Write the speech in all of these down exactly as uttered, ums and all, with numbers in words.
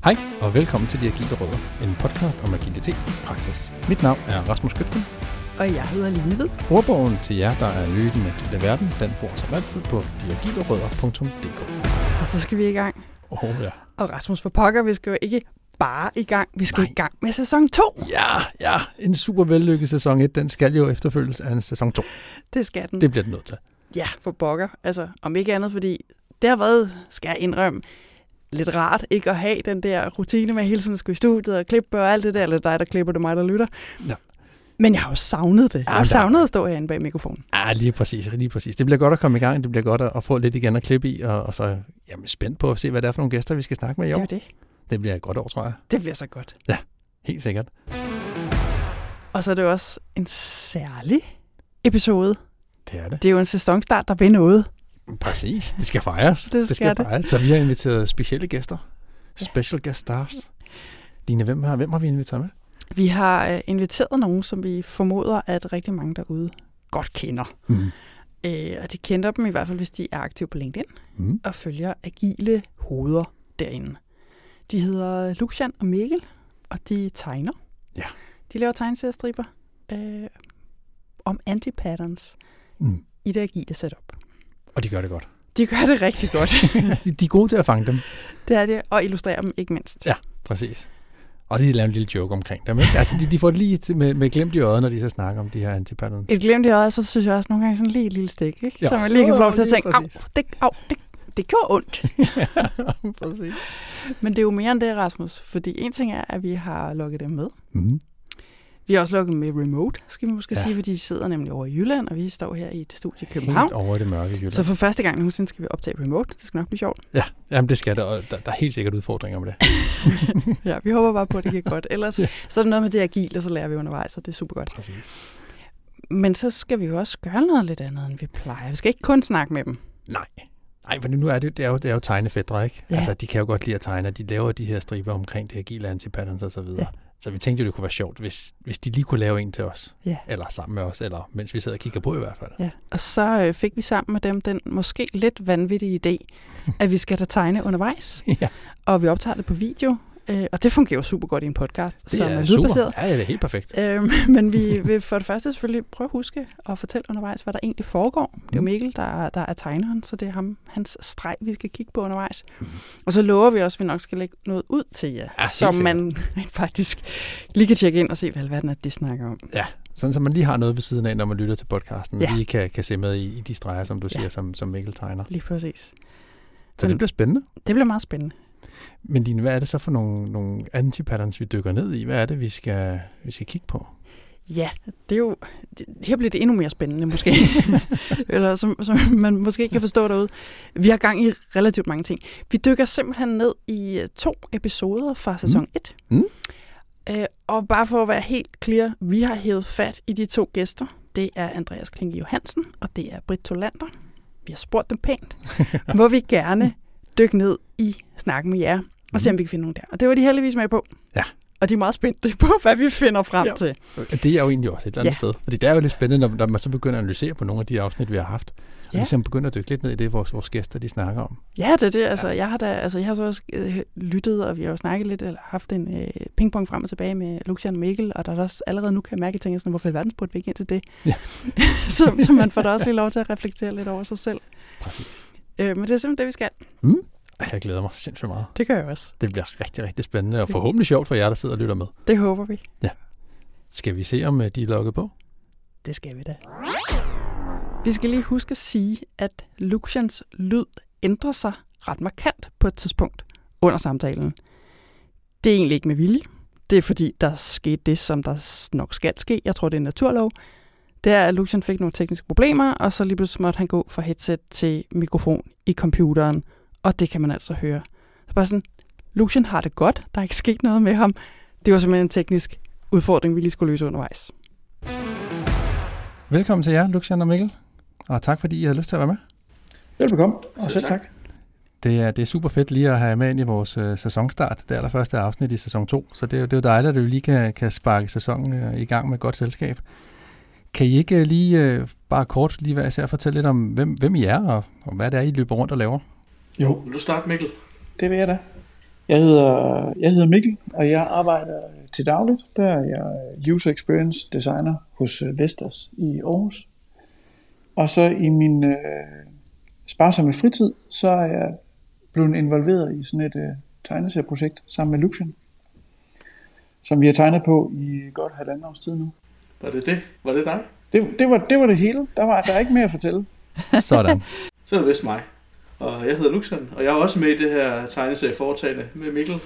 Hej og velkommen til De Agile Rødder, en podcast om agilitet i praksis. Mit navn er Rasmus Gøtgen. Og jeg hedder Line Hvid. Ordbogen til jer, der er nye i den agile verden, den bor som altid på de agile rødder punktum d k. Og så skal vi i gang. Åh oh, ja. Og Rasmus, for pokker, vi skal jo ikke bare i gang. Vi skal Nej. i gang med sæson to. Ja, ja. En super vellykket sæson et, den skal jo efterfølges af en sæson to. Det skal den. Det bliver den nødt til. Ja, for pokker. Altså, om ikke andet, fordi det har været, skal jeg indrømme, lidt rart ikke at have den der rutine med hele tiden at skulle i studiet og klippe og alt det der, eller dig, der klipper det, mig, der lytter. Ja. Men jeg har jo savnet det. Jeg har Ja, savnet at stå herinde bag mikrofonen. Ja, lige præcis, lige præcis. Det bliver godt at komme i gang. Det bliver godt at få lidt igen at klippe i, og, og så jamen, spændt på at se, hvad det er for nogle gæster, vi skal snakke med i år. Det er det. Det bliver et godt år, tror jeg. Det bliver så godt. Ja, helt sikkert. Og så er det også en særlig episode. Det er det. Det er jo en sæsonstart, der vil noget. Præcis. Det skal fejres. Det skal det skal det. fejres. Så vi har inviteret specielle gæster. Special guest stars. Line, hvem har, hvem har vi inviteret med? Vi har øh, inviteret nogen, som vi formoder, at rigtig mange derude godt kender. Mm. Øh, og de kender dem i hvert fald, hvis de er aktive på LinkedIn Mm. og følger agile hoveder derinde. De hedder Lucian og Mikkel, og de tegner. Ja. De laver tegneseriestriber øh, om anti-patterns Mm. i det agile setup. Og de gør det godt. De gør det rigtig godt. de, de er gode til at fange dem. Det er det, og illustrere dem ikke mindst. Ja, præcis. Og de laver en lille joke omkring dem. Ikke? Altså, de, de får det lige til, med, med glemt i øjet, når de så snakker om de her anti-patterns. Et glimt i øjet, så synes jeg også nogle gange sådan lige et lille stik, ikke? Ja. Så man lige kan få lov til at Jo, tænke, lige au, præcis. det, au, det, det gjorde ondt. Ja, præcis. Men det er jo mere end det, Rasmus. Fordi en ting er, at vi har lukket dem med. Mm. Vi har også lukket dem med remote, skal vi måske Ja. sige, fordi de sidder nemlig over i Jylland, og vi står her i et studie i København. Helt over i det mørke Jylland. Så for første gang nogensinde skal vi optage remote. Det skal nok blive sjovt. Ja, jamen det skal det, og der, der er helt sikkert udfordringer med det. Ja, vi håber bare på, at det gik godt. Ellers ja. Så er det noget med det agile, og så lærer vi undervejs, og det er super godt. Præcis. Men så skal vi jo også gøre noget lidt andet, end vi plejer. Vi skal ikke kun snakke med dem. Nej. Nej, for nu er det, det er jo, det er jo tegnefædre, ikke? Ja. Altså, de kan jo godt lide at tegne, og de laver de her striber omkring det agile anti-patterns og så videre. Ja. Så vi tænkte jo, det kunne være sjovt, hvis, hvis de lige kunne lave en til os. Ja. Eller sammen med os, eller mens vi sidder og kigger på i hvert fald. Ja. Og så øh, fik vi sammen med dem den måske lidt vanvittige idé, at vi skal da tegne undervejs. Ja. Og vi optager det på video. Øh, og det fungerer jo super godt i en podcast, Det som er er super. lydbaseret. Ja, det er helt perfekt. Øhm, men vi vil for det første selvfølgelig prøve at huske og fortælle undervejs, hvad der egentlig foregår. Det er jo Mm. Mikkel, der, der er tegneren, så det er ham, hans streg, vi skal kigge på undervejs. Mm. Og så lover vi også, at vi nok skal lægge noget ud til jer, Ja, som helt man faktisk lige kan tjekke ind og se, hvad alverden er, de snakker om. Ja, sådan så man lige har noget ved siden af, når man lytter til podcasten, Ja. og lige kan, kan se med i, i de streger, som du Ja. siger, som, som Mikkel tegner. Lige præcis. Så Men- det bliver spændende. Det bliver meget spændende. Men Line, hvad er det så for nogle, nogle anti-patterns, vi dykker ned i? Hvad er det, vi skal, vi skal kigge på? Ja, det er jo, det, her bliver det endnu mere spændende måske, eller som, som man måske ikke kan forstå derude. Vi har gang i relativt mange ting. Vi dykker simpelthen ned i uh, to episoder fra sæson et. Mm. Uh, og bare for at være helt clear, vi har hævet fat i de to gæster. Det er Andreas Klinge Johansen, og det er Britt Tolander. Vi har spurgt dem pænt. Må vi gerne dykke ned i snakken med jer, og se om vi kan finde nogen der. Og det var de heldigvis med på. Ja. Og de er meget spændte på, hvad vi finder frem Ja. til. Det er jo egentlig også et eller andet Ja. sted. Fordi det er jo lidt spændende, når, når man så begynder at analysere på nogle af de afsnit, vi har haft. Og Ja. ligesom begynder at dykke lidt ned i det, vores, vores gæster de snakker om. Ja, det er det. Altså, jeg har da, altså, jeg har så også øh, lyttet, og vi har jo snakket lidt, eller haft en øh, pingpong frem og tilbage med Lucian og Mikkel, og der er også allerede nu, kan jeg mærke, at jeg tænker sådan, hvorfor i verden spurgte vi ikke ind til det? Ja. så, så man får da også lige lov til at reflektere lidt over sig selv. Præcis. Øh, men det er simpelthen det, vi skal. Mm. Jeg glæder mig sindssygt meget. Det gør jeg også. Det bliver rigtig, rigtig spændende, og forhåbentlig sjovt for jer, der sidder og lytter med. Det håber vi. Skal vi se, om øh, de er logget på? Det skal vi da. Vi skal lige huske at sige, at Lucians lyd ændrer sig ret markant på et tidspunkt under samtalen. Det er egentlig ikke med vilje. Det er fordi, der skete det, som der nok skal ske. Jeg tror, det er en naturlov. Det er, at Lucian fik nogle tekniske problemer, og så lige pludselig måtte han gå fra headset til mikrofon i computeren. Og det kan man altså høre. Så bare sådan, Lucian har det godt. Der er ikke sket noget med ham. Det var simpelthen en teknisk udfordring, vi lige skulle løse undervejs. Velkommen til jer, Lucian og Mikkel. Og tak, fordi I havde lyst til at være med. Velbekomme, og selv tak. Det er, det er super fedt lige at have med ind i vores øh, sæsonstart. Det allerførste afsnit i sæson to. Så det er, jo- det er jo dejligt, at du lige kan, kan sparke sæsonen øh, i gang med et godt selskab. Kan I ikke lige øh, bare kort lige være især fortælle lidt om, hvem, hvem I er, og, og hvad det er, I løber rundt og laver? Jo, Vil du starte, Mikkel? det vil jeg da. Jeg hedder, jeg hedder Mikkel, og jeg arbejder til dagligt. Der er jeg User Experience Designer hos Vestas i Aarhus. Og så i min øh, sparsomme fritid, så er jeg blevet involveret i sådan et øh, tegneserieprojekt sammen med Luxian, som vi har tegnet på i godt halvanden års tid nu. Var det det? Var det dig? Det, det, var, det var det hele. Der var der er ikke mere at fortælle. Sådan. Så er det vist mig. Og jeg hedder Luxian, og jeg er også med i det her tegneserieforetagende med Mikkel.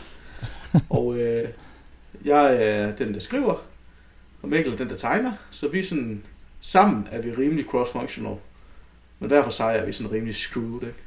Og øh, jeg er den, der skriver, og Mikkel er den, der tegner. Så vi er sådan, sammen er vi rimelig cross-functional. Men hver for sig er vi sådan rimelig screwed, ikke?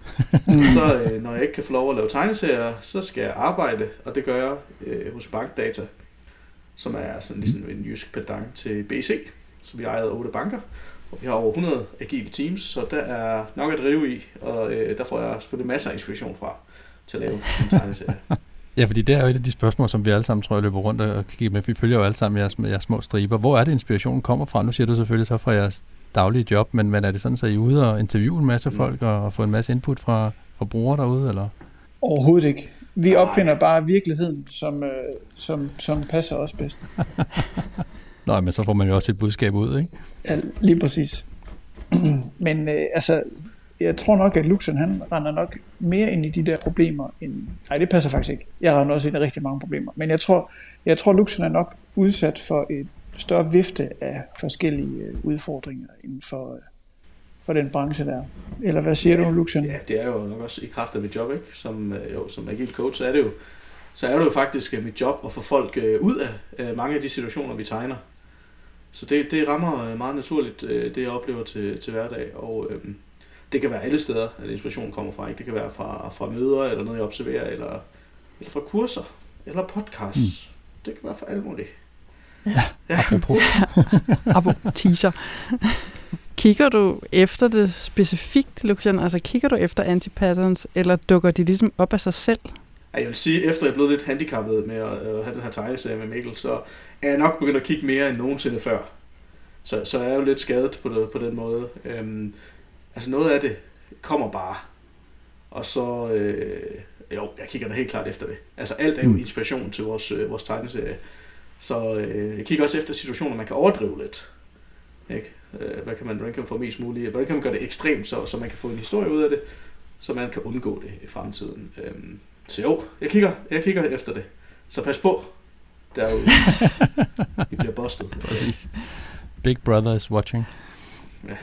Så øh, når jeg ikke kan få lov at lave tegneserier, så skal jeg arbejde, og det gør jeg øh, hos Bankdata, som er sådan ligesom en jysk pendant til B C, så vi ejer otte banker, og vi har over hundrede agile teams, så der er nok at drive i, og øh, der får jeg selvfølgelig masser af inspiration fra til at lave en tegneserie. Ja, fordi det er jo et af de spørgsmål, som vi alle sammen, tror jeg, løber rundt og kigger med. Vi følger jo alle sammen jeres, jeres små striber. Hvor er det, inspirationen kommer fra? Nu siger du selvfølgelig så fra jeres daglige job, men, men er det sådan, så I er ude og interviewe en masse folk mm. og få en masse input fra, fra brugere derude, eller? Overhovedet ikke. Vi opfinder bare virkeligheden, som, øh, som, som passer os bedst. Nå, men så får man jo også et budskab ud, ikke? Ja, lige præcis. Men øh, altså, jeg tror nok, at Luxian, han render nok mere ind i de der problemer end... Nej, det passer faktisk ikke. Jeg render også ind i rigtig mange problemer. Men jeg tror, jeg tror Luxian er nok udsat for et større vifte af forskellige øh, udfordringer inden for, øh, for den branche der. Eller hvad siger ja, du, Luxian? Ja, det er jo nok også i kraft af mit job, ikke? Som, øh, jo, som agile coach, så er det jo, så er det jo faktisk mit job at få folk øh, ud af øh, mange af de situationer, vi tegner. Så det, det rammer meget naturligt, øh, det jeg oplever til, til hverdag, og øh, det kan være alle steder, at inspirationen kommer fra. Ikke? Det kan være fra, fra møder, eller noget jeg observerer, eller, eller fra kurser, eller podcasts. Mm. Det kan være fra alt muligt. Ja, ja. Apropos. Apropos teaser. Kigger du efter det specifikt, Luxian? Altså kigger du efter anti-patterns, eller dukker de ligesom op af sig selv? Jeg vil sige, efter jeg er blevet lidt handicappet med at have den her tegneserie med Mikkel, så er jeg nok begyndt at kigge mere end nogensinde før. Så, så er jeg jo lidt skadet på, det, på den måde. Øhm, altså noget af det kommer bare. Og så, øh, jo, jeg kigger da helt klart efter det. Altså alt er jo inspiration til vores, øh, vores tegneserie. Så øh, jeg kigger også efter situationer, man kan overdrive lidt. Ikke? Øh, hvad kan man, hvordan kan man få mest muligt? Hvordan kan man gøre det ekstremt, så, så man kan få en historie ud af det, så man kan undgå det i fremtiden. Øhm, så jo, jeg kigger, jeg kigger efter det. Så pas på. Derude. Vi bliver bustet. Præcis. Big Brother is watching. Ja.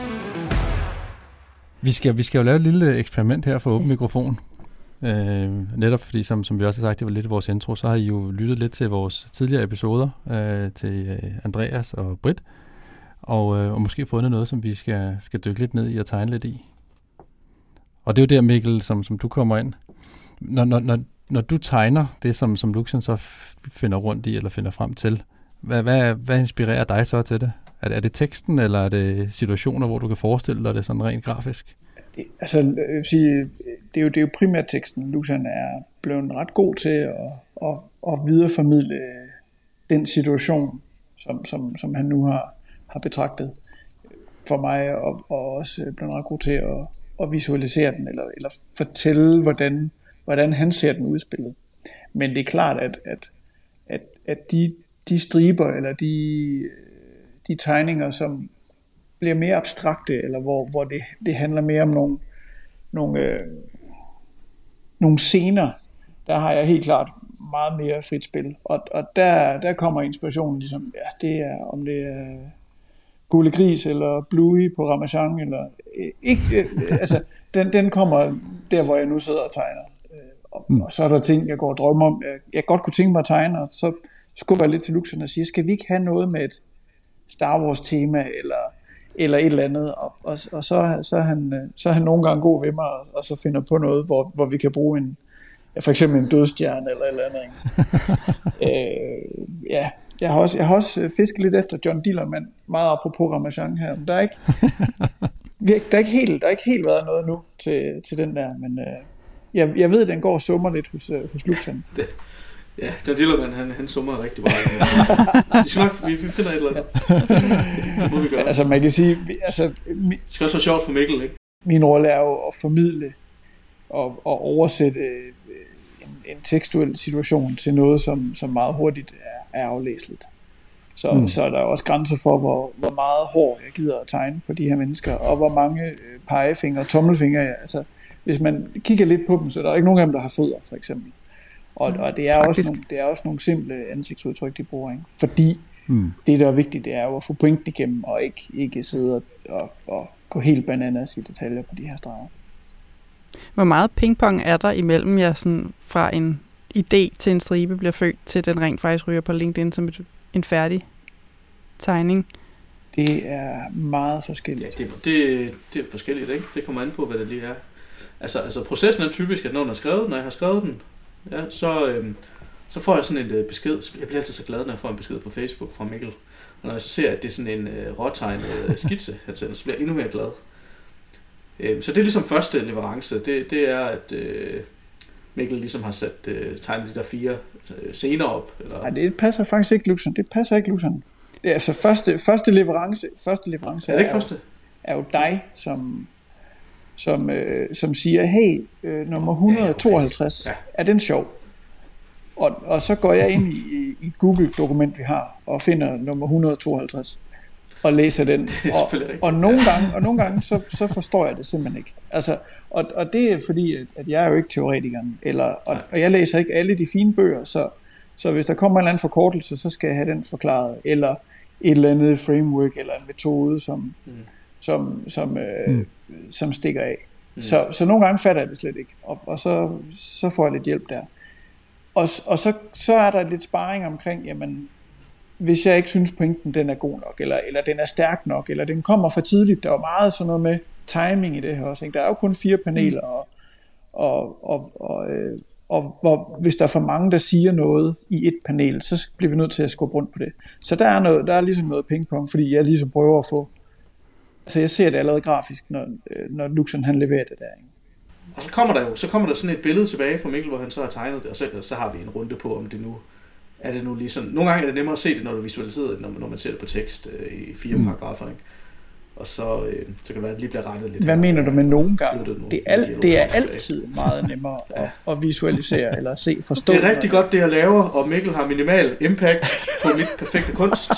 Vi skal, vi skal jo lave et lille eksperiment her for åben mikrofon. Øh, netop fordi, som, som vi også har sagt, det var lidt i vores intro, så har I jo lyttet lidt til vores tidligere episoder, øh, til øh, Andreas og Britt, og, øh, og måske fundet noget, som vi skal, skal dykke lidt ned i og tegne lidt i. Og det er jo der, Mikkel, som, som du kommer ind. Når, når, når, når du tegner det, som, som Luxian så finder rundt i, eller finder frem til, hvad, hvad, hvad inspirerer dig så til det? Er, er det teksten, eller er det situationer, hvor du kan forestille dig det sådan rent grafisk? Det, altså, jeg vil sige, det er jo, det er jo primært teksten. Luxian er blevet ret god til at, at, at videreformidle den situation, som, som, som han nu har, har betragtet for mig, og, og også blevet ret god til at, at visualisere den, eller, eller fortælle, hvordan, hvordan han ser den udspillet. Men det er klart, at, at, at, at de, de striber, eller de, de tegninger, som bliver mere abstrakte, eller hvor, hvor det, det handler mere om nogle, nogle, øh, nogle scener, der har jeg helt klart meget mere frit spil. Og, og der, der kommer inspirationen ligesom, ja, det er, om det er Gule Gris, eller Bluey på Ramachan, eller øh, ikke, øh, altså, den, den kommer der, hvor jeg nu sidder og tegner. Og, mm. og så er der ting, jeg går og drømmer om, jeg, jeg godt kunne tænke mig at tegne, og så skubber jeg lidt til Luxian og siger, skal vi ikke have noget med et Star Wars tema, eller eller et eller andet, og, og, og så, så, er han, så er han nogle gange god ved mig, og, og så finder på noget, hvor, hvor vi kan bruge en, ja, for eksempel en dødstjerne, eller et eller andet. øh, ja, jeg har, også, jeg har også fisket lidt efter John Dillermand, meget apropos Ramachan her, men der er ikke, der er ikke helt, der er ikke helt været noget nu til, til den der, men øh, jeg, jeg ved, at den går og summer lidt hos, hos Luxian. Ja, John Dillermand, han, han summer rigtig meget. Vi, nok, vi, vi finder et eller andet. Det, det må vi gøre. Altså, man kan sige... Altså, mi, det skal også være sjovt for Mikkel, ikke? Min rolle er jo at formidle og, og oversætte en tekstuel situation til noget, som, som meget hurtigt er, er aflæseligt. Så, mm. så er der også grænser for, hvor, hvor meget hår jeg gider at tegne på de her mennesker, og hvor mange øh, pegefingre og tommelfingre jeg, altså hvis man kigger lidt på dem, så der er ikke nogen af dem, der har fødder, for eksempel. Og, mm. og det, er også nogle, det er også nogle simple ansigtsudtryk, de bruger, ikke? Fordi mm. det, der er vigtigt, det er jo at få pointen igennem, og ikke, ikke sidde og, og, og gå helt bananas i detaljer på de her streger. Hvor meget pingpong er der imellem jer, sådan fra en idé til en stribe bliver født, til den rent faktisk ryger på LinkedIn som et, en færdig tegning? Det er meget forskelligt. Ja, det, det, det er forskelligt, ikke? Det kommer an på, hvad det lige er. Altså, altså processen er typisk, at når den er skrevet, når jeg har skrevet den, ja, så, øhm, så får jeg sådan en øh, besked. Jeg bliver altid så glad, når jeg får en besked på Facebook fra Mikkel. Og når jeg så ser, at det er sådan en øh, råtegnet øh, skitse, han sender, så bliver jeg endnu mere glad. Øhm, så det er ligesom første leverance. Det, det er, at øh, Mikkel ligesom har sat øh, tegnet de der fire øh, scener op. Eller? Nej, det passer faktisk ikke, Luxon. Det passer ikke, Luxon. Det er altså første, første leverance. Første leverance er det ikke er, første? Jo, er jo dig, som... Som, øh, som siger, hey, øh, nummer et hundrede og tooghalvtreds, ja, okay. Ja. Er den sjov? Og, og så går jeg ind i, i et Google-dokument, vi har, og finder nummer et hundrede og tooghalvtreds, og læser den. Og, og nogle gange, og nogle gange så, så forstår jeg det simpelthen ikke. Altså, og, og det er fordi, at, at jeg er jo ikke teoretikeren, eller, og, og jeg læser ikke alle de fine bøger, så, så hvis der kommer en eller anden forkortelse, så skal jeg have den forklaret, eller et eller andet framework, eller en metode, som... Mm. som, som, øh, mm. som stikker af. Mm. Så, så nogle gange fatter jeg det slet ikke, og, og så, så får jeg lidt hjælp der. Og, og så, så er der lidt sparring omkring, jamen, hvis jeg ikke synes pointen den er god nok, eller, eller den er stærk nok, eller den kommer for tidligt. Der er jo meget sådan noget med timing i det her også, ikke? Der er jo kun fire paneler, mm. og, og, og, og, øh, og hvor, hvis der er for mange, der siger noget i et panel, så bliver vi nødt til at skubbe rundt på det. Så der er, noget, der er ligesom noget pingpong, fordi jeg ligesom prøver at få. Så jeg ser det allerede grafisk, når, når Luxon han leverer det der. Ikke? Og så kommer der jo så kommer der sådan et billede tilbage fra Mikkel, hvor han så har tegnet det, og så, så har vi en runde på, om det nu er det nu lige sådan. Nogle gange er det nemmere at se det, når du visualiserer det, når, når man ser det på tekst øh, i fire mm. paragrafer. Ikke? Og så, øh, så kan det være, at det lige bliver rettet lidt. Hvad mener du med nogle gange? Det er, al, det er altid meget nemmere ja. at, at visualisere eller se, forstå. Det er rigtig godt, det jeg laver, og Mikkel har minimal impact på mit perfekte kunst.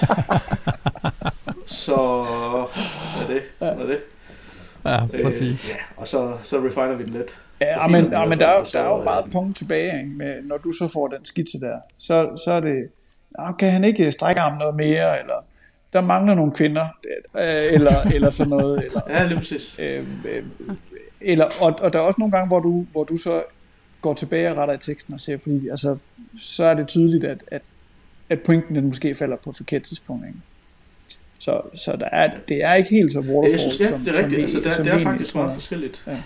Så er det. Sådan er det. Ja, præcis. Øh, ja, og så, så refiner vi den lidt. Ja, men, ja, men der, er, der er jo meget punkt tilbage, ikke? Med, når du så får den skitse der. Så, så er det, kan han ikke strække armen noget mere, eller der mangler nogle kvinder, eller, eller sådan noget. Eller, ja, lige præcis. Øh, øh, eller, og, og der er også nogle gange, hvor du, hvor du så går tilbage og retter i teksten og ser, fordi altså, så er det tydeligt, at, at, at pointen den måske falder på et forkert tidspunkt, ikke? Så, så der er, det er ikke helt så waterfall, ja, synes, ja, som, det er rigtigt. som, altså, der, som det er faktisk meget forskelligt. Ja.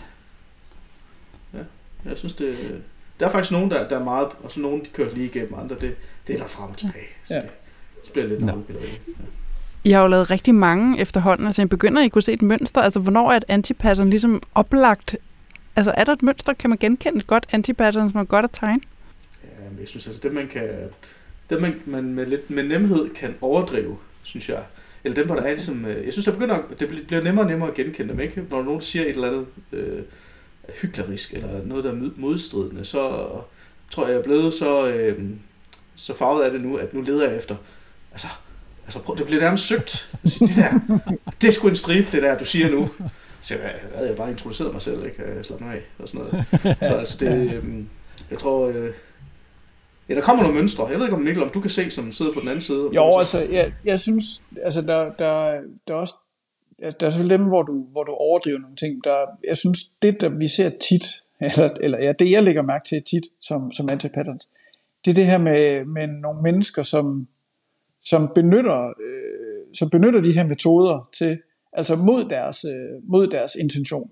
Ja, jeg synes det. Der er faktisk nogen der, der er meget, og så nogen de kører lige igennem, andre det, det er der frem og tilbage. Så, ja. det, så bliver det lidt noget. Ja. I har jo lavet rigtig mange efterhånden, altså I begynder I kunne se et mønster, altså hvornår er et antipattern ligesom oplagt? Altså er der et mønster, kan man genkende et godt antipattern, som er godt at tegne? Ja, jeg synes altså det man kan, det man, man med lidt med nemhed kan overdrive, synes jeg. Eller dem, hvor der er ligesom, jeg synes, det begynder, det bliver nemmere og nemmere at genkende dem, ikke? Når nogen siger et eller andet øh, hyklerisk, eller noget, der er modstridende, så tror jeg, jeg er blevet så, øh, så farvet af det nu, at nu leder jeg efter, altså, altså prøv, det bliver nærmest søgt. Det der, det er sgu en stribe, det der, du siger nu. Så jeg, jeg, jeg bare introduceret mig selv, ikke? Jeg slap mig af, og sådan noget. Så altså, det, øh, jeg tror, øh, ja, der kommer nogle mønstre. Jeg ved ikke, om Mikkel, om du kan se, som sidder på den anden side. Jo, altså, jeg, jeg synes, altså, der, der, der er også, der er selvfølgelig dem, hvor du, hvor du overdriver nogle ting. Der, jeg synes, det, der vi ser tit, eller, eller ja, det jeg lægger mærke til tit, som, som antipatterns, det er det her med, med nogle mennesker, som, som benytter, øh, som benytter de her metoder til, altså mod deres, øh, mod deres intention,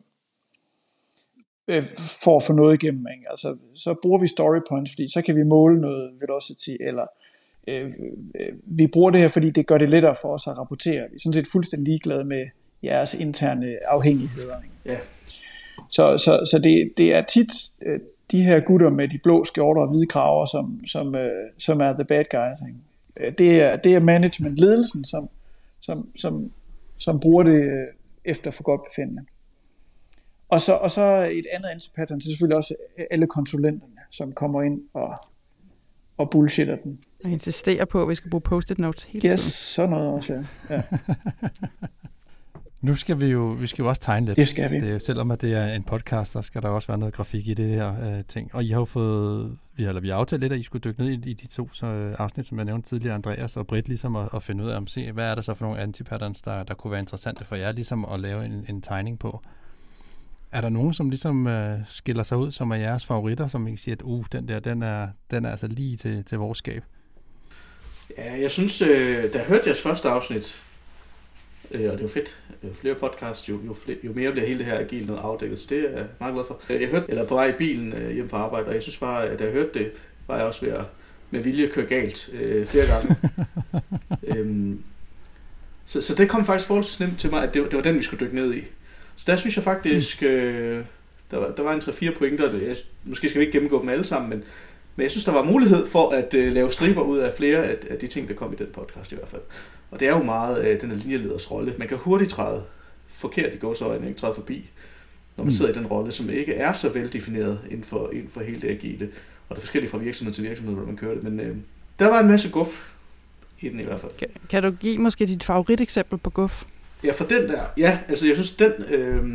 øh, for at få noget igennem. Ikke? Altså, så bruger vi story points, fordi så kan vi måle noget velocity, eller øh, øh, vi bruger det her, fordi det gør det lettere for os at rapportere. Vi er sådan set fuldstændig ligeglade med jeres interne afhængigheder. Ikke? Ja. Så, så, så det, det er tit øh, de her gutter med de blå skjorter og hvide kraver, som, som, øh, som er the bad guys. Ikke? Det er, det er management-ledelsen, som, som, som, som bruger det øh, efter for godt befindende. Og så, og så et andet antipattern, det er selvfølgelig også alle konsulenterne. som kommer ind og, og bullshitter den. Og insisterer på, at vi skal bruge post-it notes hele yes, tiden. sådan noget også, ja. ja. Nu skal vi jo, vi skal jo også tegne lidt. Det skal vi. Det, selvom at det er en podcast, så skal der også være noget grafik i det her uh, ting. Og I har jo fået, vi har, eller vi har aftalt lidt, at I skulle dykke ned i, i de to så, uh, afsnit, som jeg nævnte tidligere, Andreas og Britt, ligesom at, at finde ud af, om se, hvad er der så for nogle antipatterns, der, der kunne være interessante for jer, ligesom at lave en, en tegning på. Er der nogen, som ligesom uh, skiller sig ud, som er jeres favoritter, som I siger, at uh, den der, den er, den er altså lige til, til vores skab? Ja, jeg synes, øh, da jeg hørte jeres første afsnit, øh, og det var fedt, jo flere podcasts, jo, jo, flere, jo mere bliver hele det her agile noget afdækket, så det er jeg meget glad for. Jeg hørte, eller på vej i bilen øh, hjem fra arbejde, og jeg synes bare, at da jeg hørte det, var jeg også ved at med vilje køre galt øh, flere gange. øhm, så, så det kom faktisk forholdsvis nemt til mig, at det, det var den, vi skulle dykke ned i. Så der synes jeg faktisk, øh, der var, der var en tre fire pointer, jeg, måske skal vi ikke gennemgå dem alle sammen, men Men jeg synes, der var mulighed for at uh, lave striber ud af flere af, af de ting, der kom i den podcast i hvert fald. Og det er jo meget uh, den her linjeleders rolle. Man kan hurtigt træde forkert i gåseøjne, ikke træde forbi, når man mm. sidder i den rolle, som ikke er så veldefineret inden for, inden for hele det agile. Og det er forskelligt fra virksomhed til virksomhed, hvor man kører det. Men uh, der var en masse guf i den i hvert fald. Kan, kan du give måske dit favoriteksempel på guf? Ja, for den der. Ja, altså jeg synes, den... Øh,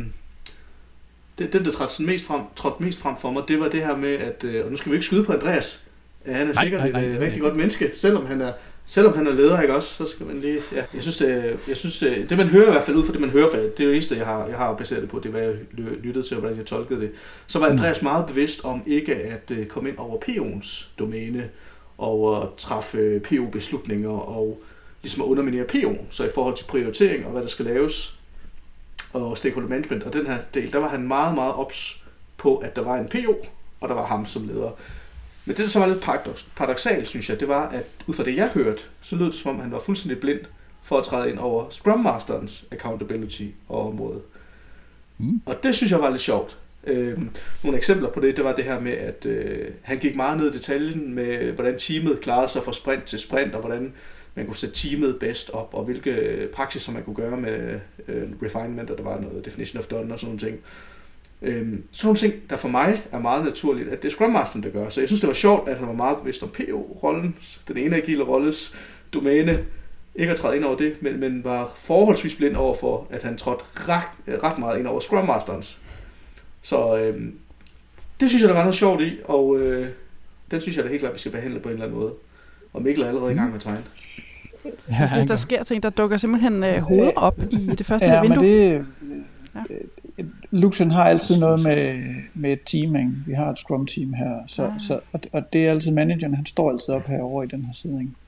Den, der trådte mest frem, trådte mest frem for mig, det var det her med, at, og nu skal vi ikke skyde på Andreas, han er nej, sikkert nej, nej, et nej, rigtig nej. godt menneske, selvom han er, selvom han er leder, ikke også, så skal man lige, ja, jeg synes, jeg synes, det man hører i hvert fald ud fra det, man hører, for det er jo det eneste, jeg har, jeg har baseret det på, det var, jeg lyttede til, og hvordan jeg tolkede det, så var Andreas meget bevidst om ikke at komme ind over P O'ens domæne, og at træffe P O-beslutninger, og ligesom at underminere P O, så i forhold til prioritering, og hvad der skal laves, og stakeholder management, og den her del, der var han meget, meget ops på, at der var en P O, og der var ham som leder. Men det, der så var lidt paradox, paradoxalt, synes jeg, det var, at ud fra det, jeg hørte, så lød det som om, han var fuldstændig blind for at træde ind over Scrum Masterens accountability og område. Mm. Og det synes jeg var lidt sjovt. Øhm, nogle eksempler på det, det var det her med, at øh, han gik meget ned i detaljen med, hvordan teamet klarede sig fra sprint til sprint, og hvordan man kunne sætte teamet bedst op, og hvilke praksiser man kunne gøre med øh, refinement, og der var noget definition of done og sådan nogle ting. Øhm, sådan nogle ting, der for mig er meget naturligt, at det er Scrum Masteren, der gør. Så jeg synes, det var sjovt, at han var meget bevidst om P O-rollen, den ene agile rolles domæne, ikke at træde ind over det, men, men var forholdsvis blind over for, at han trådte ret, ret meget ind over Scrum Masterens. Så øhm, det synes jeg, der var noget sjovt i, og øh, den synes jeg da helt klart, vi skal behandle på en eller anden måde. Og Mikkel er allerede i gang med at tegne. Jeg synes, der sker ting, der dukker simpelthen øh, hoveder op i det første ja, vindue. Men det, ja. Luxen har altid noget med, med et teaming. Vi har et Scrum-team her, så, ja. så, og, og det er altid manageren, han står altid op herovre i den her side. Ikke?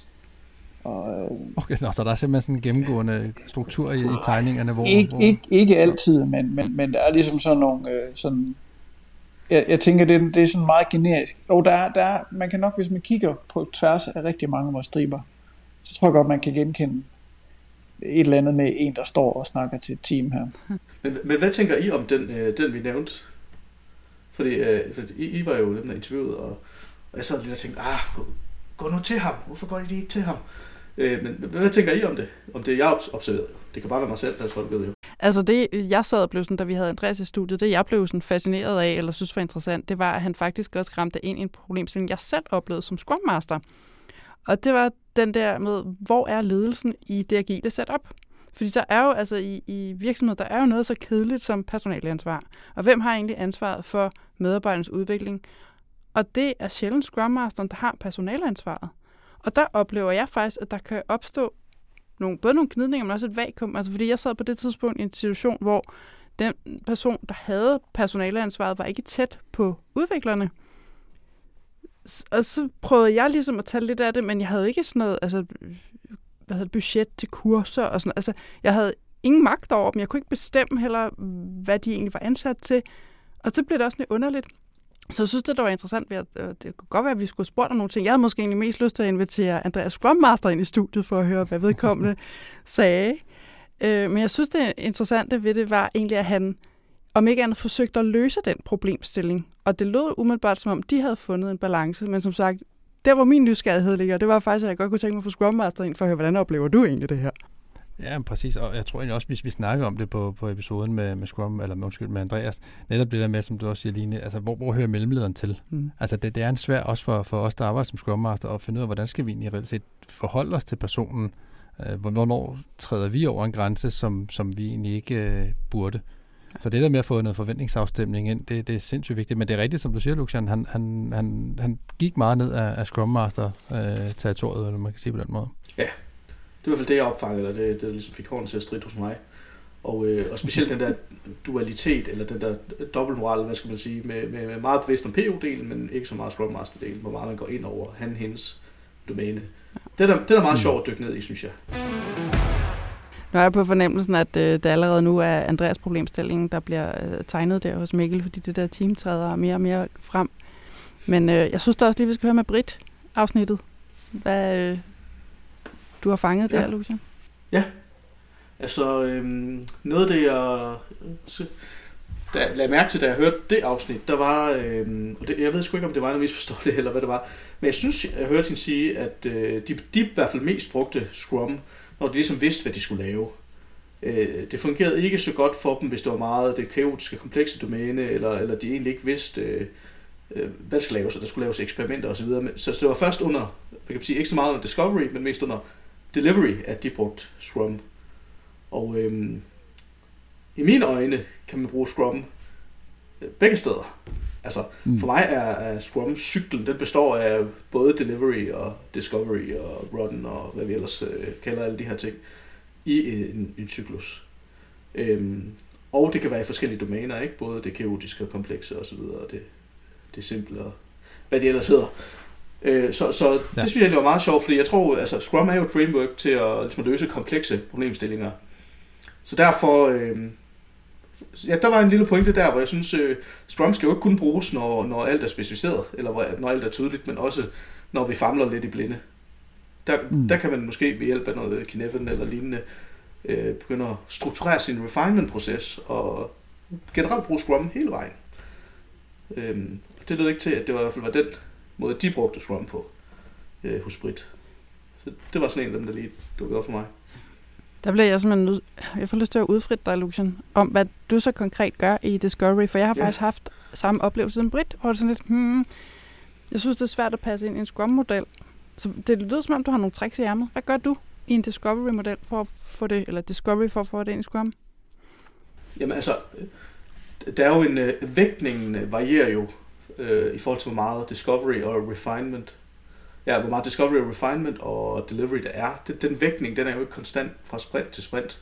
Og, okay, så der er simpelthen sådan en gennemgående struktur i, i tegningerne? Hvor, ikke, hvor... Ikke, ikke altid, men, men, men der er ligesom sådan nogle... Øh, sådan, jeg, jeg tænker, det, det er sådan meget generisk. Og der er, der er, man kan nok, hvis man kigger på tværs af rigtig mange af vores striber, så tror jeg godt, man kan genkende et eller andet med en, der står og snakker til et team her. Men, men hvad tænker I om den, øh, den vi nævnte? Fordi, øh, fordi I, I var jo dem, der interviewede, og, og jeg sad lige og tænkte, ah, gå, gå nu til ham. Hvorfor går I ikke til ham? Øh, men hvad, hvad tænker I om det? Om det, jeg observerede? Det kan bare være mig selv, der tror, du ved jo. Altså det, jeg sad og blev sådan, da vi havde Andreas i studiet, det jeg blev sådan fascineret af, eller synes var interessant, det var, at han faktisk også ramte ind i en problemstilling, jeg selv oplevede som Scrum Master. Og det var den der med, hvor er ledelsen i det agile setup? Fordi der er jo, altså i, i virksomheder, der er jo noget så kedeligt som personaleansvar. Og hvem har egentlig ansvaret for medarbejdernes udvikling? Og det er sjældent Scrum Masteren, der har personaleansvaret. Og der oplever jeg faktisk, at der kan opstå nogle, både nogle gnidninger, men også et vakuum. Altså fordi jeg sad på det tidspunkt i en situation, hvor den person, der havde personaleansvaret, var ikke tæt på udviklerne. Og så prøvede jeg ligesom at tage lidt af det, men jeg havde ikke sådan noget, altså, hvad hedder det, budget til kurser og sådan. Altså, jeg havde ingen magt over dem. Jeg kunne ikke bestemme heller, hvad de egentlig var ansat til. Og så blev det også lidt underligt. Så jeg synes, det der var interessant ved, at det kunne godt være, at vi skulle spørge om nogle ting. Jeg havde måske egentlig mest lyst til at invitere Andreas Scrum Master ind i studiet for at høre, hvad vedkommende sagde. Men jeg synes, det interessante ved det var egentlig, at han om ikke andet forsøgte at løse den problemstilling. Og det lød umiddelbart, som om de havde fundet en balance. Men som sagt, der hvor min nysgerrighed ligger, det var faktisk, at jeg godt kunne tænke mig at få Scrum Master ind for at høre, hvordan oplever du egentlig det her? Ja, præcis, og jeg tror egentlig også, hvis vi snakker om det på, på episoden med, med Scrum, eller undskyld, med Andreas, netop det der med, som du også siger, Line, altså hvor, hvor hører mellemlederen til? Mm. Altså det, det er en svær også for, for os, der arbejder som Scrum Master, at finde ud af, hvordan skal vi egentlig reelt set forholde os til personen? Øh, hvornår træder vi over en grænse, som, som vi egentlig ikke øh, burde? Så det der med at få noget forventningsafstemning ind, det, det er sindssygt vigtigt. Men det er rigtigt, som du siger, Lucian, han, han, han, han gik meget ned af, af Scrum Master-territoriet, øh, eller man kan sige på den måde. Ja, det er i hvert fald det, jeg opfangede, eller det, det ligesom fik hånden til at stride hos mig. Og, øh, og specielt den der dualitet, eller den der dobbeltmoral, hvad skal man sige, med, med, med meget bevidst om P O-delen, men ikke så meget Scrum Master-delen, hvor meget man går ind over han, hendes domæne. Det er der, det er der meget mm. sjovt at dykke ned i, synes jeg. Nu er jeg på fornemmelsen, at øh, det allerede nu er Andreas problemstillingen, der bliver øh, tegnet der hos Mikkel, fordi det der team træder mere og mere frem. Men øh, jeg synes da også lige, vi skal høre med Britt afsnittet. Hvad øh, du har fanget ja. der, Lucian? Ja, altså øh, noget af det, jeg så, da, lagde mærke til, da jeg hørte det afsnit, der var, øh, og det, jeg ved sgu ikke, om det var en misforstået det, eller hvad det var, men jeg synes, jeg hørte hende sige, at øh, de, de i hvert fald mest brugte Scrum, når de ligesom vidste, hvad de skulle lave. Øh, det fungerede ikke så godt for dem, hvis det var meget det kaotiske, komplekse domæne, eller, eller de egentlig ikke vidste, øh, hvad der skulle laves, og der skulle laves eksperimenter osv. Så, så det var først under, jeg kan sige, ikke så meget under Discovery, men mest under Delivery, at de brugte Scrum. Og øh, i mine øjne kan man bruge Scrum begge steder. Altså, mm. for mig er, er Scrum-cyklen, den består af både Delivery og Discovery og Run og hvad vi ellers øh, kalder alle de her ting i en, en cyklus. Øhm, og det kan være i forskellige domæner, ikke? Både det kaotiske og komplekse og så videre, og det, det simple og hvad det ellers hedder. Øh, så så ja. Det synes jeg, det var meget sjovt, fordi jeg tror, altså Scrum er jo et framework til at, ligesom at løse komplekse problemstillinger. Så derfor... Øh, Ja, der var en lille pointe der, hvor jeg synes, uh, Scrum skal jo ikke kun bruges, når, når alt er specificeret, eller når alt er tydeligt, men også når vi famler lidt i blinde. Der, mm. der kan man måske ved hjælp af noget Kineven eller lignende uh, begynde at strukturere sin refinement-proces, og generelt bruge Scrum hele vejen. Um, det lød ikke til, at det var i hvert fald var den måde, de brugte Scrum på uh, hos Britt. Så det var sådan en af dem, der lige dukkede op for mig. Der bliver jeg simpelthen, jeg får lyst til at udfritte dig, Lucian, om hvad du så konkret gør i Discovery, for jeg har ja. faktisk haft samme oplevelse som Britt, hvor det er sådan lidt, hmm, jeg synes, det er svært at passe ind i en Scrum-model. Så det lyder som om, du har nogle tricks i ærmet. Hvad gør du i en Discovery-model for at få det, eller Discovery for at få det ind i Scrum? Jamen altså, der er jo en, øh, vægtningen varierer jo øh, i forhold til, hvor meget Discovery og Refinement Ja, hvor meget Discovery og Refinement og Delivery der er. Den, den vægtning, den er jo ikke konstant fra sprint til sprint.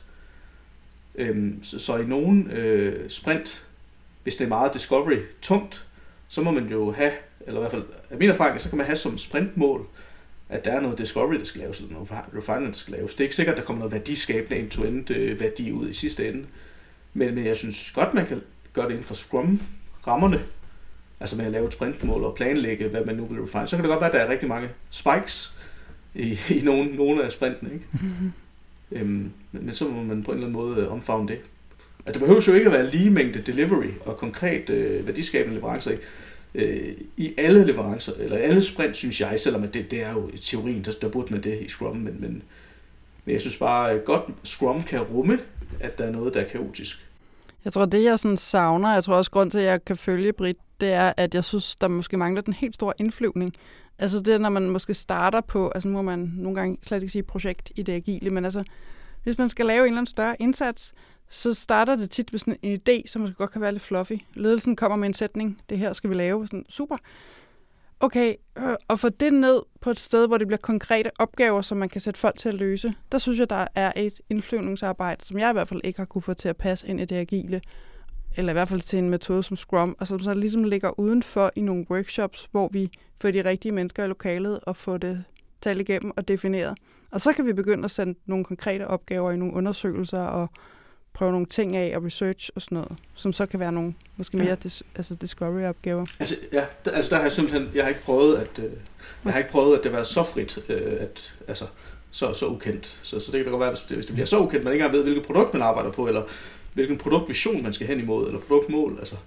Øhm, så, så i nogen øh, sprint, hvis det er meget Discovery tungt, så må man jo have, eller i hvert fald af min erfaring, så kan man have som sprintmål, at der er noget Discovery, der skal laves, eller noget Refinement, der skal laves. Det er ikke sikkert, at der kommer noget værdiskabende end-to-end øh, værdi ud i sidste ende. Men, men jeg synes godt, man kan gøre det inden for Scrum-rammerne. Altså med at lave et sprintmål og planlægge, hvad man nu vil refine. Så kan det godt være, at der er rigtig mange spikes i, i nogle, nogle af sprintene. Ikke? Mm-hmm. Øhm, men, men så må man på en eller anden måde omfavne det. Altså det behøver jo ikke at være lige mængde delivery og konkret øh, værdiskabende leverancer i, øh, i alle leverancer, eller alle sprint, synes jeg, selvom at det, det er jo i teorien, der, der burde man det i Scrum, men, men, men jeg synes bare, at godt Scrum kan rumme, at der er noget, der er kaotisk. Jeg tror, det jeg sådan savner, jeg tror også grund til, at jeg kan følge Britt, det er, at jeg synes, der måske mangler den helt store indflyvning. Altså det, når man måske starter på, altså nu må man nogle gange slet ikke sige projekt i det agile, men altså, hvis man skal lave en eller anden større indsats, så starter det tit med sådan en idé, som måske godt kan være lidt fluffy. Ledelsen kommer med en sætning, det her skal vi lave, sådan super. Okay, øh, og få det ned på et sted, hvor det bliver konkrete opgaver, som man kan sætte folk til at løse, der synes jeg, der er et indflyvningsarbejde, som jeg i hvert fald ikke har kunne få til at passe ind i det agile, eller i hvert fald til en metode som Scrum, og som så ligesom ligger udenfor i nogle workshops, hvor vi får de rigtige mennesker i lokalet og får det talt igennem og defineret. Og så kan vi begynde at sende nogle konkrete opgaver i nogle undersøgelser og prøve nogle ting af og research og sådan noget, som så kan være nogle måske mere ja. dis, altså discovery-opgaver. Altså ja, der, altså der har jeg simpelthen, jeg har ikke prøvet at, øh, jeg har ikke prøvet at det var så frit, øh, at altså så så ukendt. Så så det kan da godt være, hvis det, hvis det bliver så ukendt, man ikke engang ved hvilket produkt man arbejder på, eller hvilken produktvision man skal hen imod, eller produktmål, altså.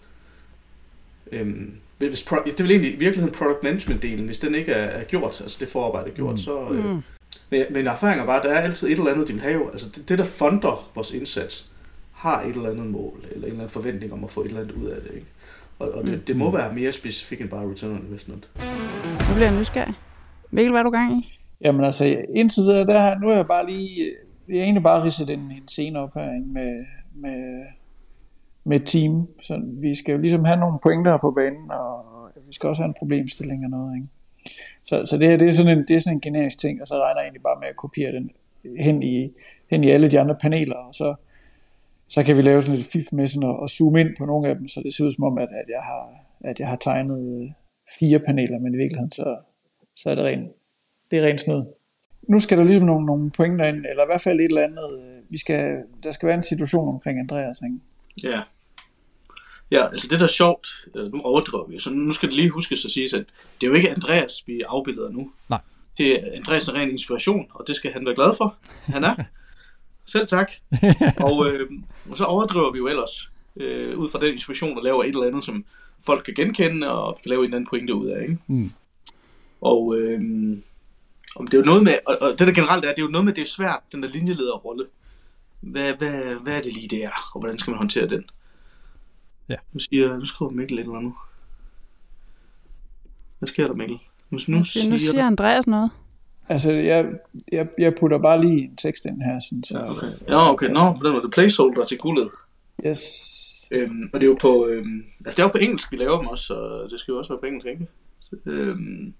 Øhm, hvis pro, det er vel egentlig i virkeligheden product management-delen, hvis den ikke er, er gjort, altså det forarbejde er gjort, mm. så, øh, mm. Men, men erfaringen er bare, at der er altid et eller andet, de vil have. Altså det, det der fonder vores indsats, har et eller andet mål, eller en eller anden forventning om at få et eller andet ud af det. Ikke? Og, og det, det må være mere specifikt end bare return on investment. Nu bliver jeg nysgerrig. Mikkel, hvad er du gang i? Jamen altså, indtil videre, der, nu er jeg bare lige, jeg er egentlig bare ridset en, en scene op her med, med, med team. Så vi skal jo ligesom have nogle pointer på banen, og vi skal også have en problemstilling og noget, ikke? Så, så det, det, er sådan en, det er sådan en generisk ting, og så regner jeg egentlig bare med at kopiere den hen i, hen i alle de andre paneler, og så, så kan vi lave sådan lidt fif med sådan og, og zoome ind på nogle af dem, så det ser ud som om, at, at, jeg, har, at jeg har tegnet fire paneler, men i virkeligheden, så, så er det rent, det er rent snød. Nu skal der ligesom nogle, nogle pointer ind, eller i hvert fald et eller andet, vi skal, der skal være en situation omkring Andreas, ikke? Ja. Ja, altså det der er sjovt, nu overdriver vi, så nu skal det lige huskes at sige, at det er jo ikke Andreas, vi afbilder nu. Nej. Det er Andreas er ren inspiration, og det skal han være glad for. Han er. Selv tak. Og, øh, og så overdriver vi jo ellers, øh, ud fra den inspiration, og laver et eller andet, som folk kan genkende, og kan lave en eller anden pointe ud af, ikke? Mm. Og, øh, og det er jo noget med, og, og det der generelt er, det er jo noget med, det er svært, den der linjelederrolle. Hvad, hvad, hvad er det lige det er, og hvordan skal man håndtere den? Ja. Nu siger, nu skriver Mikkel et eller andet. Hvad sker der, Mikkel? Nu, nu, nu siger, nu siger Andreas noget. Altså, jeg, jeg, jeg putter bare lige en tekst ind her, sådan, så... Ja, okay. Ja, okay. Nå, på den var det placeholder til guldet. Yes. Øhm, og det er jo på... Øhm, altså, det er jo på engelsk, vi laver dem også, så det skal jo også være på engelsk, ikke? Så, øhm,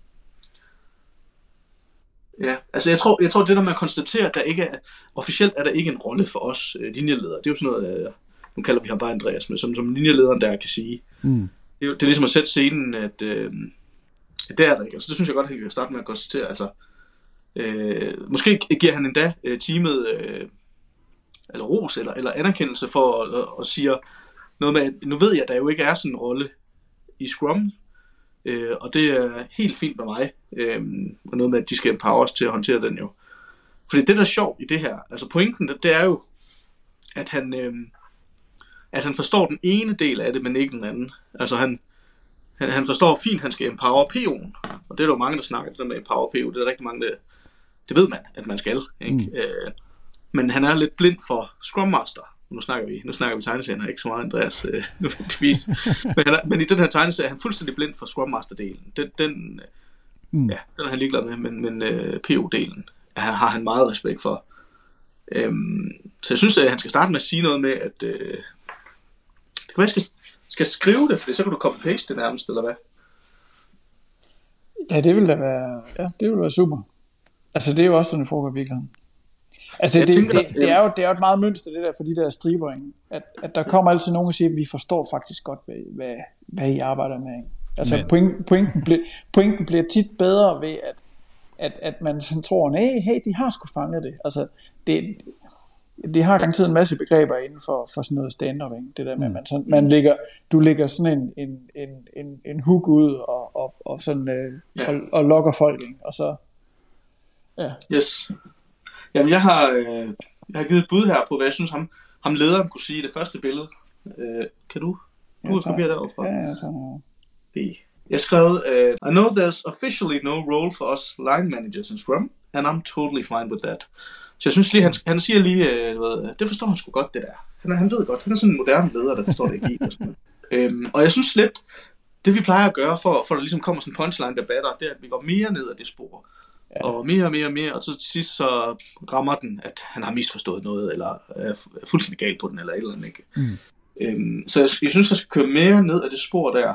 ja, altså, jeg tror, jeg tror, det der med at konstatere, at der ikke er... Officielt er der ikke en rolle for os øh, linjeledere. Det er jo sådan noget... Øh, nu kalder vi ham bare Andreas, men som, som linjelederen der kan sige. Mm. Det, er jo, det er ligesom at sætte scenen, at... Øh, det er der ikke. Altså, det synes jeg godt, at vi kan starte med at konstatere. Altså, øh, måske giver han endda øh, teamet øh, eller ros eller, eller anerkendelse for at, at, at sige noget med, at nu ved jeg, at der jo ikke er sådan en rolle i Scrum, øh, og det er helt fint med mig, øh, og noget med, at de skal empowers til at håndtere den jo. Fordi det, der er sjovt i det her, altså pointen, det, det er jo, at han, øh, at han forstår den ene del af det, men ikke den anden. Altså han Han, han forstår fint, at han skal empower P O'en. Og det er der jo mange, der snakker det der med empower P O. Det er der rigtig mange, der... Det ved man, at man skal. Ikke? Mm. Øh, men han er lidt blind for Scrum Master. Nu snakker vi, nu snakker vi tegneserien, ikke så meget Andreas, øh, nødvendigvis. men, han er, men i den her tegneserie er han fuldstændig blind for Scrum Master-delen. Den, den, mm. ja, den er han ligeglad med, men, men øh, P O-delen han, har han meget respekt for. Øhm, så jeg synes, at han skal starte med at sige noget med, at... Øh, det kan være, jeg skal... skal skrive det, for så kan du copy-paste det nærmest, eller hvad? Ja, det vil da være, ja, det vil være super. Altså, det er jo også sådan, det foregår i virkeligheden. Altså, det, tænker, det, det, det, er jo, det er jo et meget mønster, det der, for de der striber, ikke? At, at der kommer altid nogen og siger, at vi forstår faktisk godt, hvad, hvad, hvad I arbejder med, ikke? Altså, point, pointen, ble, pointen bliver tit bedre ved, at, at, at man sådan tror, nej, hey, de har sgu fanget det. Altså, det... Det har garanteret en masse begreber inden for, for sådan noget stand-up, ikke? Det der med, at man, sådan, man lægger, du lægger sådan en, en, en, en, en hook ud og, og, og, sådan, øh, ja. og, og lokker folk, ikke? Og så, ja. Yes. Jamen, jeg har, øh, jeg har givet et bud her på, hvad jeg synes, ham, ham lederen kunne sige i det første billede. Øh, kan du? Du har kopieret derovre fra. Ja, jeg tager det. Jeg skrev, uh, I know there's officially no role for us line managers in Scrum, and I'm totally fine with that. Så jeg synes lige, han, han siger lige, øh, ved, det forstår han sgu godt, det der. Han, han ved godt, han er sådan en moderne leder, der forstår det ikke helt. Og, sådan øhm, og jeg synes lidt, det vi plejer at gøre, for, for der ligesom kommer sådan en punchline-debatter, det er, at vi går mere ned ad det spor. Ja. Og mere og mere og mere, og så til sidst så rammer den, at han har misforstået noget, eller er fuldstændig galt på den, eller et eller andet, ikke? Mm. Øhm, så jeg, jeg synes, jeg skal køre mere ned ad det spor der.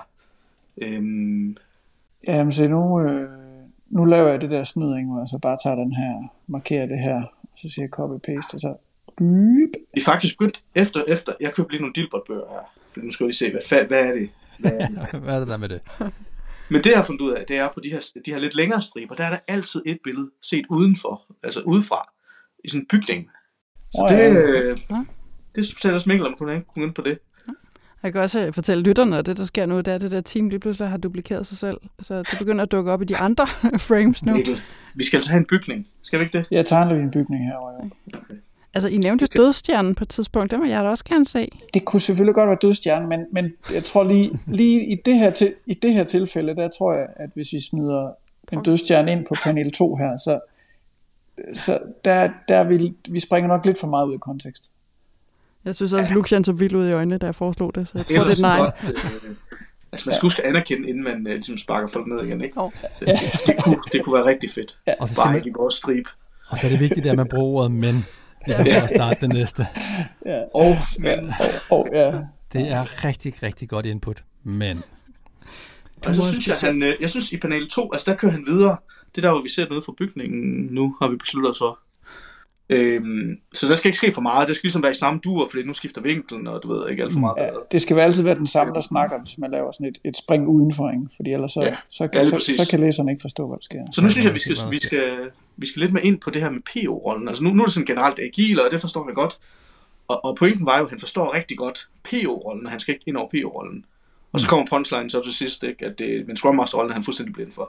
Øhm, Jamen se, nu, øh, nu laver jeg det der snyd, ikke, hvor jeg så bare tager den her, markerer det her, så siger jeg copy-paste, og så... Vi er faktisk begyndt efter, efter... Jeg købte lige nogle Dilbert-bøger her. For nu skal vi lige se, hvad, hvad er det? Hvad er det? Hvad er det der med det? Men det, jeg har fundet ud af, det er på de her, de her lidt længere striber, der er der altid et billede set udenfor, altså udefra, i sådan en bygning. Så oh, det, ja. øh, det sætter os Mikkel, om kunne ikke komme ind på det. Jeg kan også fortælle lytterne, at det, der sker nu, det er, at det der team lige pludselig har duplikeret sig selv. Så det begynder at dukke op i de andre frames nu. Mikkel, vi skal altså have en bygning. Skal vi ikke det? Jeg tegner en bygning herovre. Okay. Altså, I nævnte skal... dødstjernen på et tidspunkt. Det må jeg da også gerne se. Det kunne selvfølgelig godt være dødstjernen, men, men jeg tror lige, lige i, det her til, i det her tilfælde, der tror jeg, at hvis vi smider en dødstjerne ind på panel to her, så så der, der vil, vi springer nok lidt for meget ud af kontekst. Jeg synes også, ja. Lucian så vildt ud i øjnene, da jeg foreslog det, så jeg det tror, det er nej. Godt, øh, altså man skal huske at anerkende, inden man øh, ligesom sparker folk ned igen, ikke? Oh. Det, det, det, kunne, det kunne være rigtig fedt. Ja. Og så bare man... ikke i vores strip. Og så er det vigtigt, at man bruger ordet men, ligesom for at starte det næste. Ja. Og men. Og, og, ja. Det er rigtig, rigtig godt input, men... Og så synes jeg, han, jeg synes i panel to, altså der kører han videre. Det der, hvor vi ser noget fra bygningen nu, har vi besluttet os for. Øhm, så der skal ikke ske for meget. Det skal ligesom være i samme duer, fordi nu skifter vinklen, og du ved ikke alt for meget. Ja, det skal altid være den samme, der snakker, hvis man laver sådan et, et spring udenfor, ikke? Fordi ellers så, ja, så, kan, så, så kan læserne ikke forstå, hvad der sker. Så nu synes jeg, vi skal, vi skal, vi skal lidt mere ind på det her med P O-rollen. Altså nu, nu er det sådan generelt agil, og det forstår han godt. Og, og pointen var jo, at han forstår rigtig godt P O-rollen, og han skal ikke ind over P O-rollen. Og så kommer punchline så til sidst, ikke? At det, men Scrum Master-rollen er han fuldstændig blind for.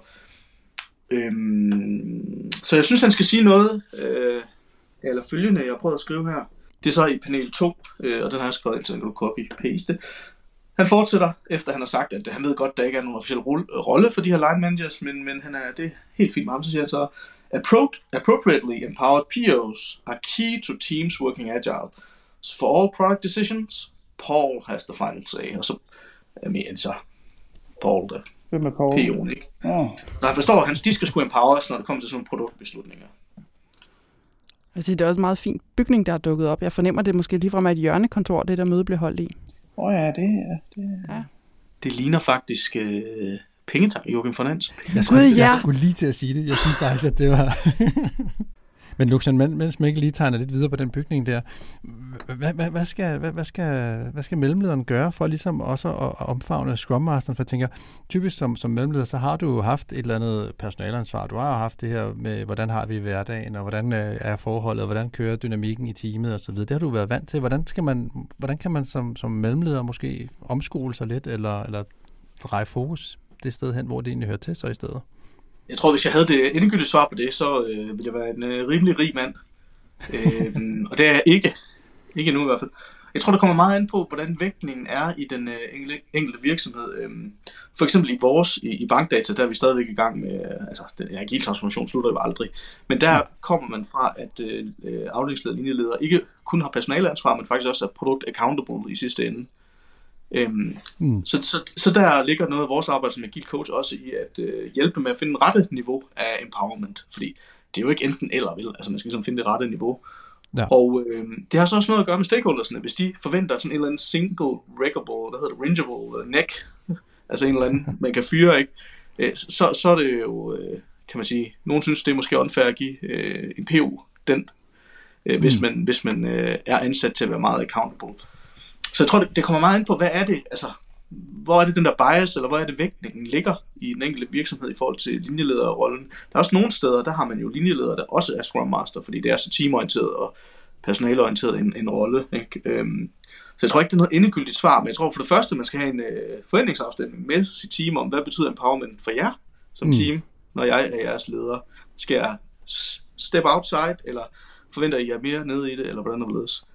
Øhm, så jeg synes, han skal sige noget, øh, eller følgende, jeg har prøvet at skrive her. Det er så i panel to, øh, og den har jeg skrevet ind, så kan du copy-paste. Han fortsætter, efter han har sagt, at han ved godt, at der ikke er nogen officiel rolle for de her line managers, men, men han er, det er helt fint med ham, så siger han så, appropriately empowered P Os are key to teams working agile. So for all product decisions, Paul has the final say. Og så jeg mener så Paul, der Hvem er Paul? P O'en, ikke? Oh. Når jeg forstår, at han, de skal sgu empowers, når det kommer til sådan nogle produktbeslutninger. Altså, det er også en meget fin bygning, der er dukket op. Jeg fornemmer, det måske ligefrem er et hjørnekontor, det der møde blev holdt i. Åh oh, ja, det er... Det, ja. Det ligner faktisk øh, pengetank, Joachim Fornans. Jeg skulle, ja. jeg skulle lige til at sige det. Jeg synes faktisk, at det var... Men Lucian, mens man ikke lige tegner lidt videre på den bygning der, hvad, hvad, hvad, skal, hvad, hvad, skal, hvad skal mellemlederen gøre for ligesom også at omfavne Scrum Masteren? For jeg tænker, typisk som, som mellemleder, så har du haft et eller andet personalansvar. Du har haft det her med, hvordan har vi hverdagen, og hvordan er forholdet, og hvordan kører dynamikken i teamet osv. Det har du været vant til. Hvordan, skal man, hvordan kan man som, som mellemleder måske omskole sig lidt, eller, eller dreje fokus det sted hen, hvor det egentlig hører til så i stedet? Jeg tror, hvis jeg havde det endegyldige svar på det, så øh, ville jeg være en øh, rimelig rig mand. øh, og det er jeg ikke. Ikke nu i hvert fald. Jeg tror, det kommer meget an på, hvordan vægtningen er i den øh, enkelte virksomhed. Øh, for eksempel i vores, i, i bankdata, der er vi stadigvæk i gang med, øh, altså den agile transformation slutter jo aldrig. Men der kommer man fra, at øh, afdelingsleder og linjeleder ikke kun har personaleansvar, men faktisk også er product accountable i sidste ende. Øhm, mm. så, så, så der ligger noget af vores arbejde som agile coach også i at øh, hjælpe med at finde rette niveau af empowerment, fordi det er jo ikke enten eller, vel? Altså man skal ligesom finde det rette niveau. Ja. Og øh, det har så også noget at gøre med stakeholdersne, hvis de forventer sådan en eller anden single reggable, hvad hedder det, ringeable neck, altså en eller anden man kan fyre, ikke? Øh, så, så er det jo, øh, kan man sige, nogen synes det er måske unfair at give øh, en P O den, øh, mm. hvis man, hvis man øh, er ansat til at være meget accountable. Så jeg tror, det, det kommer meget ind på, hvad er det, altså, hvor er det den der bias, eller hvor er det vægtningen ligger i den enkelte virksomhed i forhold til linjelederrollen. Der er også nogle steder, der har man jo linjeledere, der også er Scrum Master, fordi det er så teamorienteret og personaleorienteret en, en rolle. Ikke? Øhm, så jeg tror ikke, det er noget endegyldigt svar, men jeg tror for det første, man skal have en øh, forventningsafstemning med sit team om, hvad betyder empowerment for jer som mm. team, når jeg er jeres leder. Skal jeg step outside, eller forventer I jer mere nede i det, eller hvordan det vil ledes?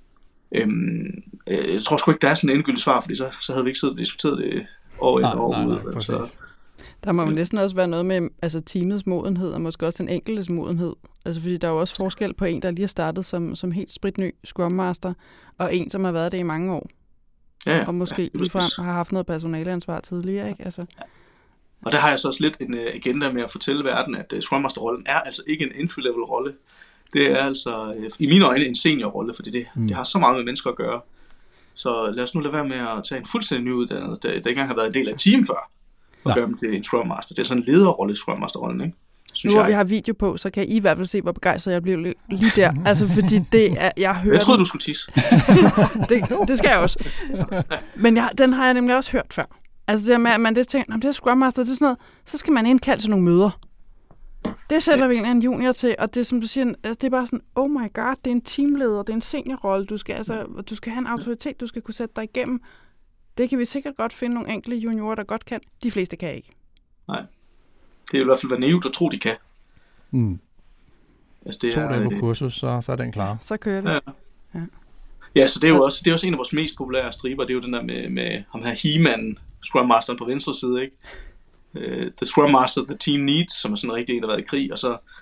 Øhm, jeg tror sgu ikke, der er sådan en endegyldigt svar, fordi så, så havde vi ikke siddet og diskuteret det over et år ude. Så. Der må jo næsten også være noget med altså teamets modenhed, og måske også den enkeltes modenhed. Altså fordi der er jo også forskel på en, der lige har startet som, som helt spritny Scrum Master, og en, som har været det i mange år. Ja, ja. Og måske ja, ligefrem har haft noget personaleansvar tidligere, ikke? Altså. Ja. Og der har jeg så også lidt en uh, agenda med at fortælle verden, at uh, Scrum Master-rollen er altså ikke en entry-level rolle. Det er altså, i mine øjne, en seniorrolle, fordi det, mm. det har så meget med mennesker at gøre. Så lad os nu lade være med at tage en fuldstændig nyuddannet, der, der ikke engang har været en del af et team før, og ja. gøre dem til en Scrum Master. Det er sådan en lederrolle i Scrum Master-rollen, ikke? Synes nu hvor jeg. Vi har video på, så kan I i hvert fald se, hvor begejstret jeg blev lige der. Altså, fordi det er, jeg hører... Jeg troede, du skulle tisse. det, det skal jeg også. Men jeg, den har jeg nemlig også hørt før. Altså det med, at man det tænker, det er Scrum Master, det er sådan noget, så skal man indkalde til nogle møder. Det sætter vi en junior til, og det som du siger, det er bare sådan, oh my god, det er en teamleder, det er en seniorrolle, du skal, altså, du skal have en autoritet, du skal kunne sætte dig igennem. Det kan vi sikkert godt finde nogle enkelte juniorer, der godt kan. De fleste kan ikke. Nej. Det er i hvert fald være naivt at tro, de kan. Mm. Altså, det to er, dage på kursus, så, så er den klar. Så kører vi. Ja. Ja. Ja, så det er jo også, det er også en af vores mest populære striber, det er jo den der med, med ham her He-Man, Scrum Masteren på venstre side, ikke? Uh, the Scrum Master the team needs, som er sådan en rigtig en, der har været i krig, og så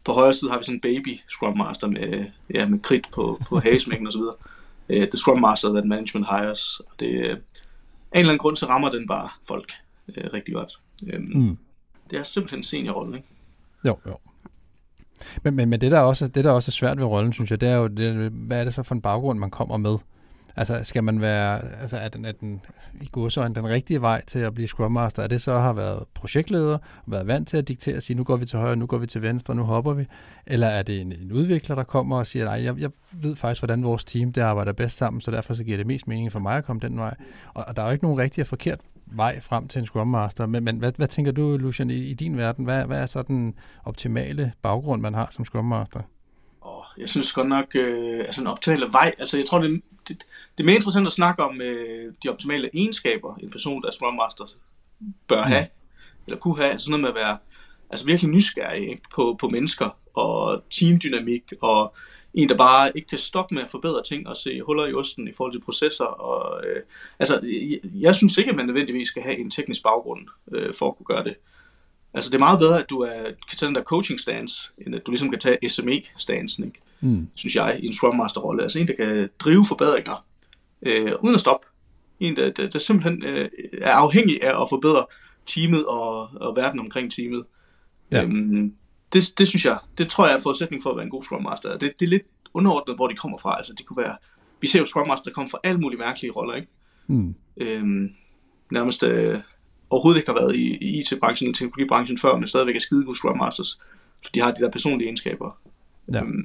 på højre side har vi sådan en baby Scrum Master med, ja, med kridt på, på hagesmækken og så videre. Uh, the Scrum Master that management hires. Og det, uh, af en eller anden grund, så rammer den bare folk uh, rigtig godt. Um, mm. Det er simpelthen en seniorrolle, ikke? Jo, jo. Men, men, men det, der også, det, der også er svært ved rollen, synes jeg, det er jo, det, hvad er det så for en baggrund, man kommer med? Altså, skal man være, altså, er den, er den i godsøjne den rigtige vej til at blive Scrum Master? Er det så har været projektleder, og været vant til at diktere og sige, nu går vi til højre, nu går vi til venstre, nu hopper vi? Eller er det en, en udvikler, der kommer og siger, nej, jeg, jeg ved faktisk, hvordan vores team det arbejder bedst sammen, så derfor så giver det mest mening for mig at komme den vej. Og, og der er jo ikke nogen rigtig og forkert vej frem til en Scrum Master. Men, men hvad, hvad tænker du, Lucian, i, i din verden? Hvad, hvad er så den optimale baggrund, man har som Scrum Master? Oh, jeg synes godt nok, øh, altså en optimale vej, altså jeg tror, det, det, det er mere interessant at snakke om øh, de optimale egenskaber, en person, der er Scrum Master, bør have, mm. eller kunne have, altså sådan noget med at være altså virkelig nysgerrig, ikke? På, på mennesker, og teamdynamik, og en, der bare ikke kan stoppe med at forbedre ting, og se huller i osten i forhold til processer, og øh, altså, jeg, jeg synes ikke, at man nødvendigvis skal have en teknisk baggrund, øh, for at kunne gøre det. Altså det er meget bedre, at du er, kan tage den der coaching stance, end at du ligesom kan tage S M E-stansen, ikke? Mm. Synes jeg, i en Scrum Master-rolle. Altså en, der kan drive forbedringer, øh, uden at stoppe. En, der, der, der simpelthen øh, er afhængig af at forbedre teamet og, og verden omkring teamet. Ja. Øhm, det, det synes jeg, det tror jeg er forudsætning for at være en god Scrum Master. Det, det er lidt underordnet, hvor de kommer fra. Altså det kunne være, vi ser jo Scrum Master, der kommer fra alle mulige mærkelige roller, ikke? Mm. Øhm, nærmest... Øh, overhovedet ikke har været i, i I T-branchen, i teknologibranchen før, men stadigvæk er skide gode Scrum Masters, for de har de der personlige egenskaber. Ja. Um,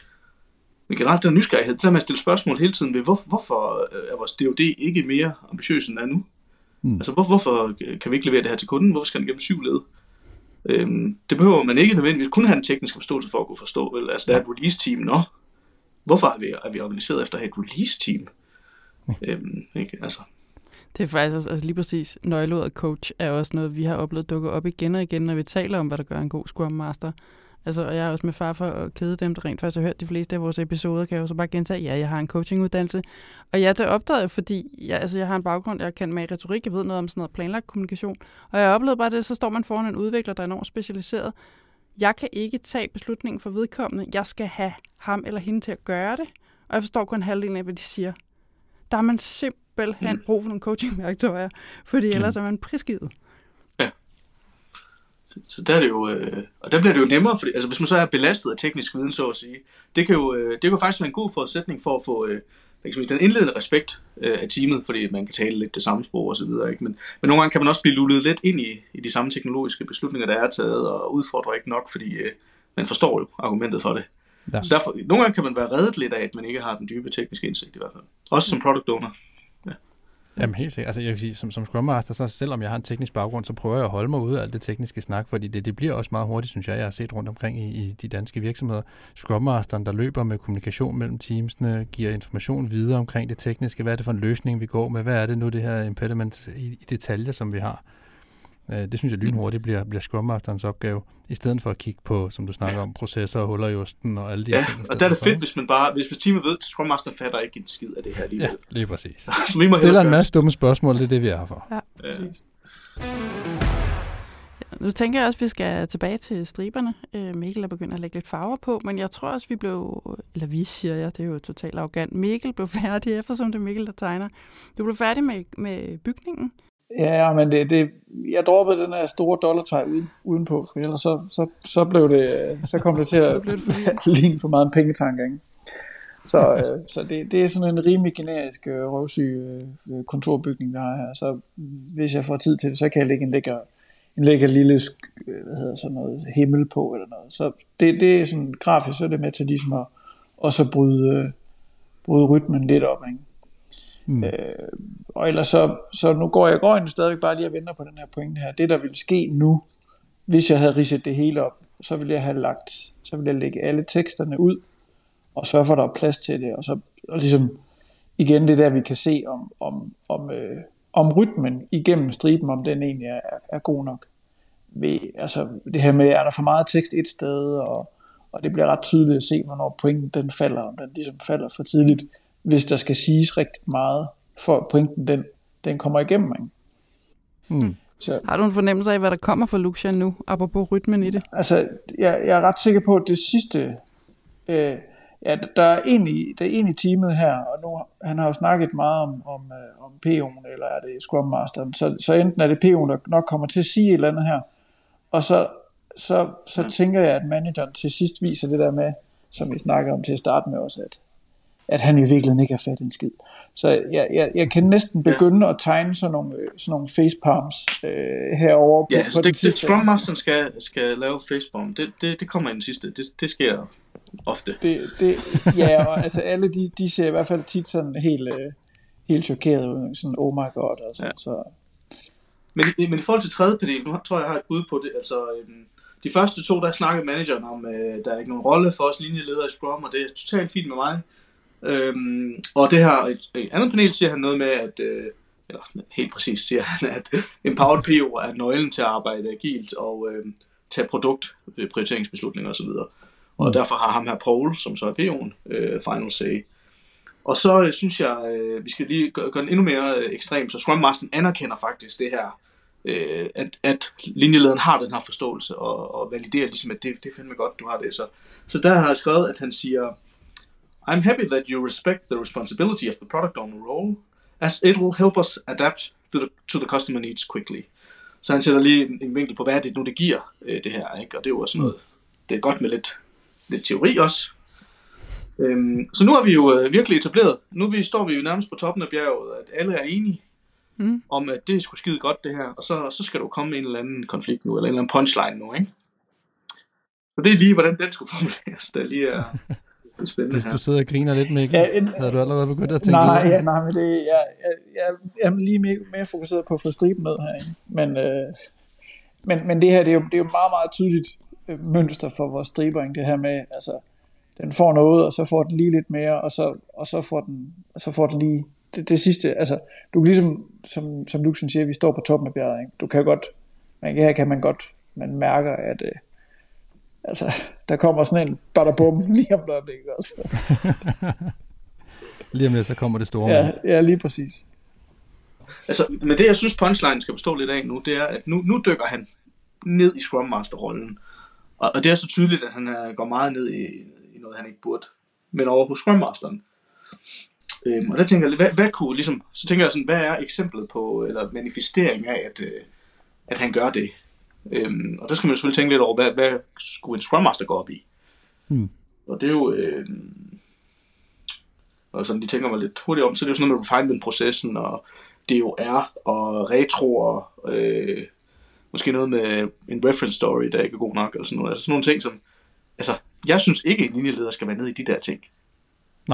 men generelt den nysgerrighed, det der med at stille spørgsmål hele tiden ved, hvor, hvorfor er vores D O D ikke mere ambitiøs end er nu? Mm. Altså hvor, hvorfor kan vi ikke levere det her til kunden? Hvorfor skal den gennem syv led? Um, det behøver man ikke nødvendigvis kun have en teknisk forståelse for at kunne forstå. Vel? Altså der er et release-team, nå, hvorfor er vi, er vi organiseret efter at have et release-team? um, ikke? Altså det er faktisk også, altså lige præcis, nøgleordet coach er også noget, vi har oplevet dukke op igen og igen, når vi taler om, hvad der gør en god Scrum Master. Altså, og jeg er også med far for at kede dem, der rent faktisk har hørt de fleste af vores episoder, kan jeg jo så bare gentage, ja, jeg har en coachinguddannelse. Og ja, det opdagede jeg, fordi jeg, altså, jeg har en baggrund, jeg kan med retorik, jeg ved noget om sådan noget planlagt kommunikation. Og jeg oplevede bare det, så står man foran en udvikler, der er enormt specialiseret. Jeg kan ikke tage beslutningen for vedkommende. Jeg skal have ham eller hende til at gøre det. Og jeg forstår kun halvdelen af, hvad de siger. Der er man simpelthen mm. brug for nogle coachingværktøjer, fordi ellers er man prisgivet. Ja. Så, så der er det jo, øh, og der bliver det jo nemmere, fordi, altså hvis man så er belastet af teknisk viden, så at sige, det kan jo, øh, det kan jo faktisk være en god forudsætning for at få øh, den indledende respekt øh, af teamet, fordi man kan tale lidt det samme sprog og så videre, ikke? Men, men nogle gange kan man også blive lullet lidt ind i, i de samme teknologiske beslutninger, der er taget, og udfordrer ikke nok, fordi øh, man forstår jo argumentet for det. Ja. Så derfor, nogle gange kan man være reddet lidt af, at man ikke har den dybe tekniske indsigt i hvert fald. Også som product owner. Ja. Jamen helt sikkert. Altså jeg vil sige, som, som Scrum Master, så selvom jeg har en teknisk baggrund, så prøver jeg at holde mig ude af alt det tekniske snak, fordi det, det bliver også meget hurtigt, synes jeg, jeg har set rundt omkring i, i de danske virksomheder. Scrum Masteren, der løber med kommunikation mellem teamsene, giver information videre omkring det tekniske. Hvad er det for en løsning, vi går med? Hvad er det nu, det her impediment i, i detaljer, som vi har? Det synes jeg lynhurtigt bliver, bliver Scrum Masterens opgave, i stedet for at kigge på, som du snakker ja. om, processer, huller i osten og alle de ja, her ting. Og der er det fedt, hvis man bare, hvis, hvis teamet ved, at Scrum Master fatter ikke en skid af det her alligevel. Ja, lige præcis. Stiller en masse dumme spørgsmål, det er det, vi er her for. Ja, præcis. Ja. Ja, nu tænker jeg også, at vi skal tilbage til striberne. Mikkel er begyndt at lægge lidt farver på, men jeg tror også, vi blev, eller vi siger jeg, det er jo totalt arrogant. Mikkel blev færdig, eftersom det er Mikkel, der tegner. Du blev færdig med, med bygningen. Ja, men det, det, jeg droppede den her store dollartræ uden, udenpå, for ellers så, så, så, blev det, så kom det til at ligne for meget en pengetank, ikke? Så, så det, det er sådan en rimelig generisk røvsyg kontorbygning, der har her. Så hvis jeg får tid til det, så kan jeg lægge en lækker, en lækker lille hvad hedder sådan noget, himmel på eller noget. Så det, det er sådan grafisk, så er det med til ligesom at også bryde, bryde rytmen lidt op, ikke? Mm. Øh, og ellers så, så nu går jeg går ind stadigvæk bare lige og venter på den her pointe her. Det der ville ske nu, hvis jeg havde ridset det hele op, så ville jeg have lagt, så ville jeg lægge alle teksterne ud og sørge for at der er plads til det, og så og ligesom igen det der vi kan se om om om øh, om rytmen igennem striben, om den egentlig er, er god nok. Ved, altså det her med er der for meget tekst et sted, og og det bliver ret tydeligt at se hvornår pointen den falder, om den ligesom falder for tidligt, hvis der skal siges rigtig meget, for pointen den, den kommer igennem. Ikke? Mm. Så. Har du en fornemmelse af, hvad der kommer fra Lucian nu, apropos rytmen i det? Altså, jeg, jeg er ret sikker på, at det sidste... Øh, ja, der er en i, der er en i teamet her, og nu, han har jo snakket meget om, om, øh, om P O'en, eller er det Scrum Masteren, så, så enten er det P O'en, der nok kommer til at sige et eller andet her, og så, så, så tænker jeg, at manageren til sidst viser det der med, som vi snakkede om til at starte med også, at, at han i virkeligheden ikke har fat en skid. Så jeg, jeg, jeg kan næsten begynde ja. at tegne sådan nogle, sådan nogle facepalms øh, herovre på, ja, på så den det, sidste. Scrum Masteren skal, skal lave facepalm. Det, det, det kommer i den sidste. Det, det sker ofte. Det, det, ja, og altså alle de, de ser i hvert fald tit sådan helt, øh, helt chokeret ud. Sådan, oh my god. Altså, ja. så. Men, men i forhold til tredje panel, nu tror jeg, jeg har et bud på det. Altså, øhm, de første to, der snakkede manageren om, øh, der er ikke nogen rolle for os linjeledere i Scrum, og det er totalt fint med mig. Øhm, og det her, et, et andet panel siger han noget med, at, øh, eller helt præcis siger han, at Empowered P O er nøglen til at arbejde agilt og øh, tage produktprioriteringsbeslutninger osv. Og mm. derfor har ham her Paul, som så er P O'en, øh, final say. Og så øh, synes jeg, øh, vi skal lige gøre, gøre den endnu mere øh, ekstrem, så Scrum Masteren anerkender faktisk det her, øh, at, at linjelederen har den her forståelse, og, og validerer ligesom, at det, det er fandme godt, du har det. Så, så der har jeg skrevet, at han siger, I'm happy that you respect the responsibility of the product owner role, as it will help us adapt to the, to the customer needs quickly. Så han sætter lige en, en vinkel på, hvad er det nu, det giver, øh, det her, ikke? Og det er jo også noget, det er godt med lidt, lidt teori også. Øhm, så nu har vi jo øh, virkelig etableret, nu vi, står vi jo nærmest på toppen af bjerget, at alle er enige mm. om, at det er sgu skide godt det her, og så, så skal du komme en eller anden konflikt nu, eller en eller anden punchline nu, ikke? Så det er lige, hvordan den skulle formuleres, der lige er... Du, du sidder og griner lidt, Mikkel. Ja, en, havde du allerede begyndt at tænke nej, ja, nej, men det, jeg, jeg, jeg, jeg er lige mere, mere fokuseret på at få striben ned herinde. Men, øh, men, men det her, det er jo, det er jo meget, meget tydeligt mønster for vores stribering, det her med, altså, den får noget, og så får den lige lidt mere, og så, og så, får, den, og så får den lige det, det sidste. Altså, du kan ligesom, som, som Lucian siger, vi står på toppen af bjerget, ikke? Du kan godt, man, her kan man godt, man mærker, at øh, altså, der kommer sådan en badabum lige om det også. Lige om lidt, så kommer det store. Ja, ja, lige præcis. Altså, men det jeg synes punchline skal bestå lidt af nu, det er, at nu, nu dykker han ned i Scrum Master-rollen. Og, og det er så tydeligt, at han er, går meget ned i, i noget, han ikke burde. Men over på Scrum Masteren. Øhm, og der tænker jeg, hvad, hvad kunne ligesom, så tænker jeg sådan, hvad er eksemplet på, eller manifestering af, at, øh, at han gør det? Øhm, og der skal man selvfølgelig tænke lidt over, hvad, hvad skulle en Scrum Master gå op i? Hmm. Og det er jo, øh, og sådan de tænker mig lidt hurtigt om, så det er jo sådan noget med refinement-processen, og D O R, og retroer, øh, måske noget med en reference story, der ikke er god nok, eller sådan noget. Altså sådan nogle ting, som, altså, jeg synes ikke, en linjeleder skal være nede i de der ting. Nej.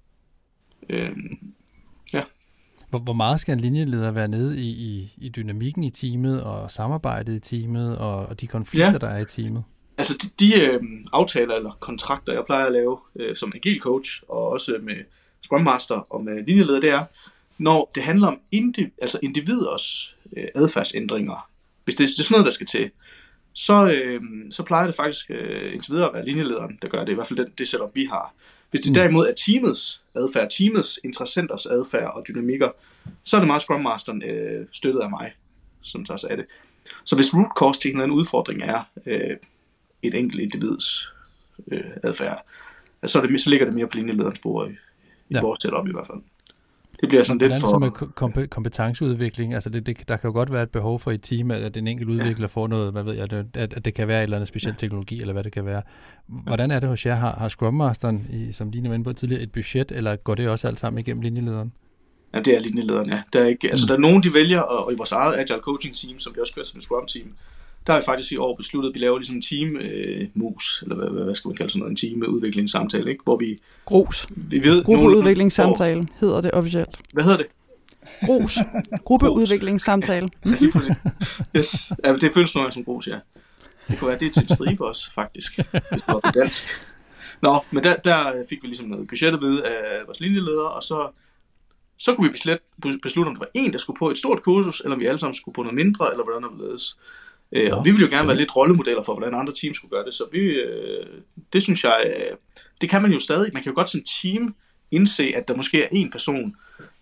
Øhm, ja. Hvor, hvor meget skal en linjeleder være nede i, i, i dynamikken i teamet, og samarbejdet i teamet, og, og de konflikter, ja. der er i teamet? Altså de, de øh, aftaler eller kontrakter, jeg plejer at lave øh, som agil coach, og også med Scrum Master og med linjeleder, det er, når det handler om indiv- altså individers øh, adfærdsændringer, hvis det, det er sådan noget, der skal til, så, øh, så plejer det faktisk øh, indtil videre at være linjelederen, der gør det, i hvert fald den, det setup, vi har. Hvis det derimod er teamets adfærd, teamets interessenters adfærd og dynamikker, så er det meget Scrum Masteren øh, støttet af mig, som tager sig af det. Så hvis root cause til en eller anden udfordring er øh, et enkelt individs øh, adfærd, så, det, så ligger det mere på linjelederens bord i, i ja. vores setup i hvert fald. Det bliver sådan lidt for... Hvordan er det med kompetenceudvikling? Altså det, det, der kan jo godt være et behov for et team, at en enkelt udvikler ja. får noget, hvad ved jeg, at, at det kan være et eller andet speciel teknologi, eller hvad det kan være. Hvordan er det hos jer? Har, har Scrum Masteren, i, som Line var inde på tidligere, et budget, eller går det også alt sammen igennem linjelederen? Ja, det er linjelederen, ja. Der er, ikke, altså, mm. der er nogen, de vælger, og i vores eget Agile Coaching Team, som vi også gør som et Scrum Team, der har vi faktisk i år besluttet, at vi laver ligesom en team-mus, øh, eller hvad, hvad skal man kalde sådan noget, en team-udviklingssamtale, ikke? Hvor vi... Grus. Vi ved... Gruppeudviklingssamtale hvor, hedder det officielt. Hvad hedder det? Grus. Gruppeudviklingssamtale. Ja, lige præcis. Yes. Ja, det føles nogle gange som grus, ja. Det kunne være, det er til en stribe også, faktisk, hvis det var på dansk. Nå, men der, der fik vi ligesom noget budgettet ved af vores linjeledere, og så, så kunne vi beslutte, beslutte, om det var en, der skulle på et stort kursus, eller om vi alle sammen skulle på noget mindre, eller hvordan det ledes. Øh, og vi ville jo gerne være lidt rollemodeller for, hvordan andre teams skulle gøre det, så vi, øh, det synes jeg, øh, det kan man jo stadig. Man kan jo godt som team indse, at der måske er en person,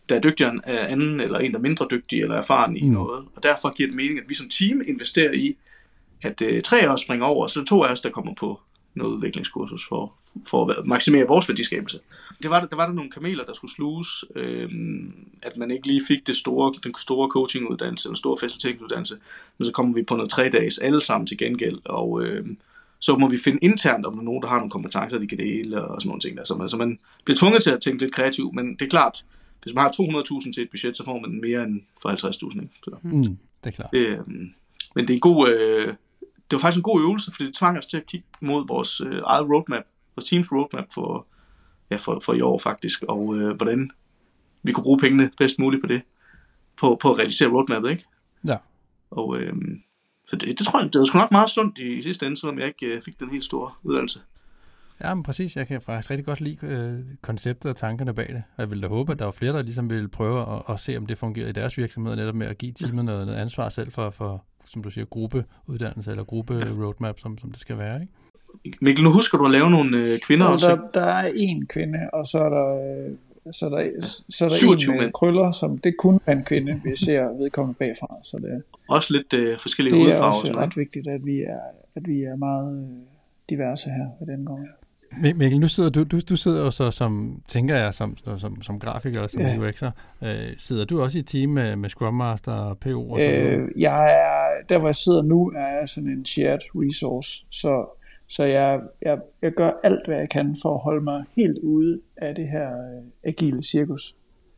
der er dygtigere end anden, eller en, der er mindre dygtig eller erfaren i mm. noget. Og derfor giver det mening, at vi som team investerer i, at øh, tre af os springer over, så to af os, der kommer på noget udviklingskursus for, for at maksimere vores værdiskabelse. Det var, der var der nogle kameler, der skulle sluges, øh, at man ikke lige fik det store, den store coachinguddannelse, den store faciliteringsuddannelse, men så kommer vi på noget tre dages alle sammen til gengæld, og øh, så må vi finde internt, om der er nogen, der har nogle kompetencer, de kan dele, og sådan nogle ting der. Så man, så man bliver tvunget til at tænke lidt kreativt, men det er klart, hvis man har to hundrede tusind til et budget, så får man mere end for halvtreds tusind. Mm, det er klart. Øh, men det er en god... Øh, det var faktisk en god øvelse, fordi det tvang os til at kigge mod vores øh, eget roadmap, vores teams roadmap for, ja, for, for i år faktisk, og øh, hvordan vi kunne bruge pengene bedst muligt på det, på, på at realisere roadmappet, ikke? Ja. Og øh, så det, det tror jeg, det var sgu nok meget sundt i, i sidste ende, selvom jeg ikke øh, fik den helt store uddannelse. Ja, men præcis. Jeg kan faktisk rigtig godt lide øh, konceptet og tankerne bag det. Og jeg vil da håbe, at der var flere, der ligesom ville prøve at, at se, om det fungerer i deres virksomhed, netop med at give teamet noget, noget ansvar selv for, for, som du siger, gruppeuddannelse eller gruppe-roadmap, som, som det skal være, ikke? Mikkel, nu husker du at lave nogle øh, kvinder og også? Der, der er en kvinde, og så er der, øh, så er der, så er der en med krøller, som det kun er en kvinde, vi ser vedkommende bagfra. Så det, også lidt øh, forskellige hudfarver. Det er også sådan, ret ikke? vigtigt, at vi er, at vi er meget øh, diverse her ved den gang. Mikkel, nu sidder du, du, du sidder jo så som, tænker jeg, som, som, som grafiker og som ja. U X'er. Øh, sidder du også i et team med, med Scrum Master og P O og sådan øh, jeg er, der hvor jeg sidder nu, er jeg sådan en shared resource, så, så jeg, jeg, jeg gør alt, hvad jeg kan for at holde mig helt ude af det her øh, agile cirkus.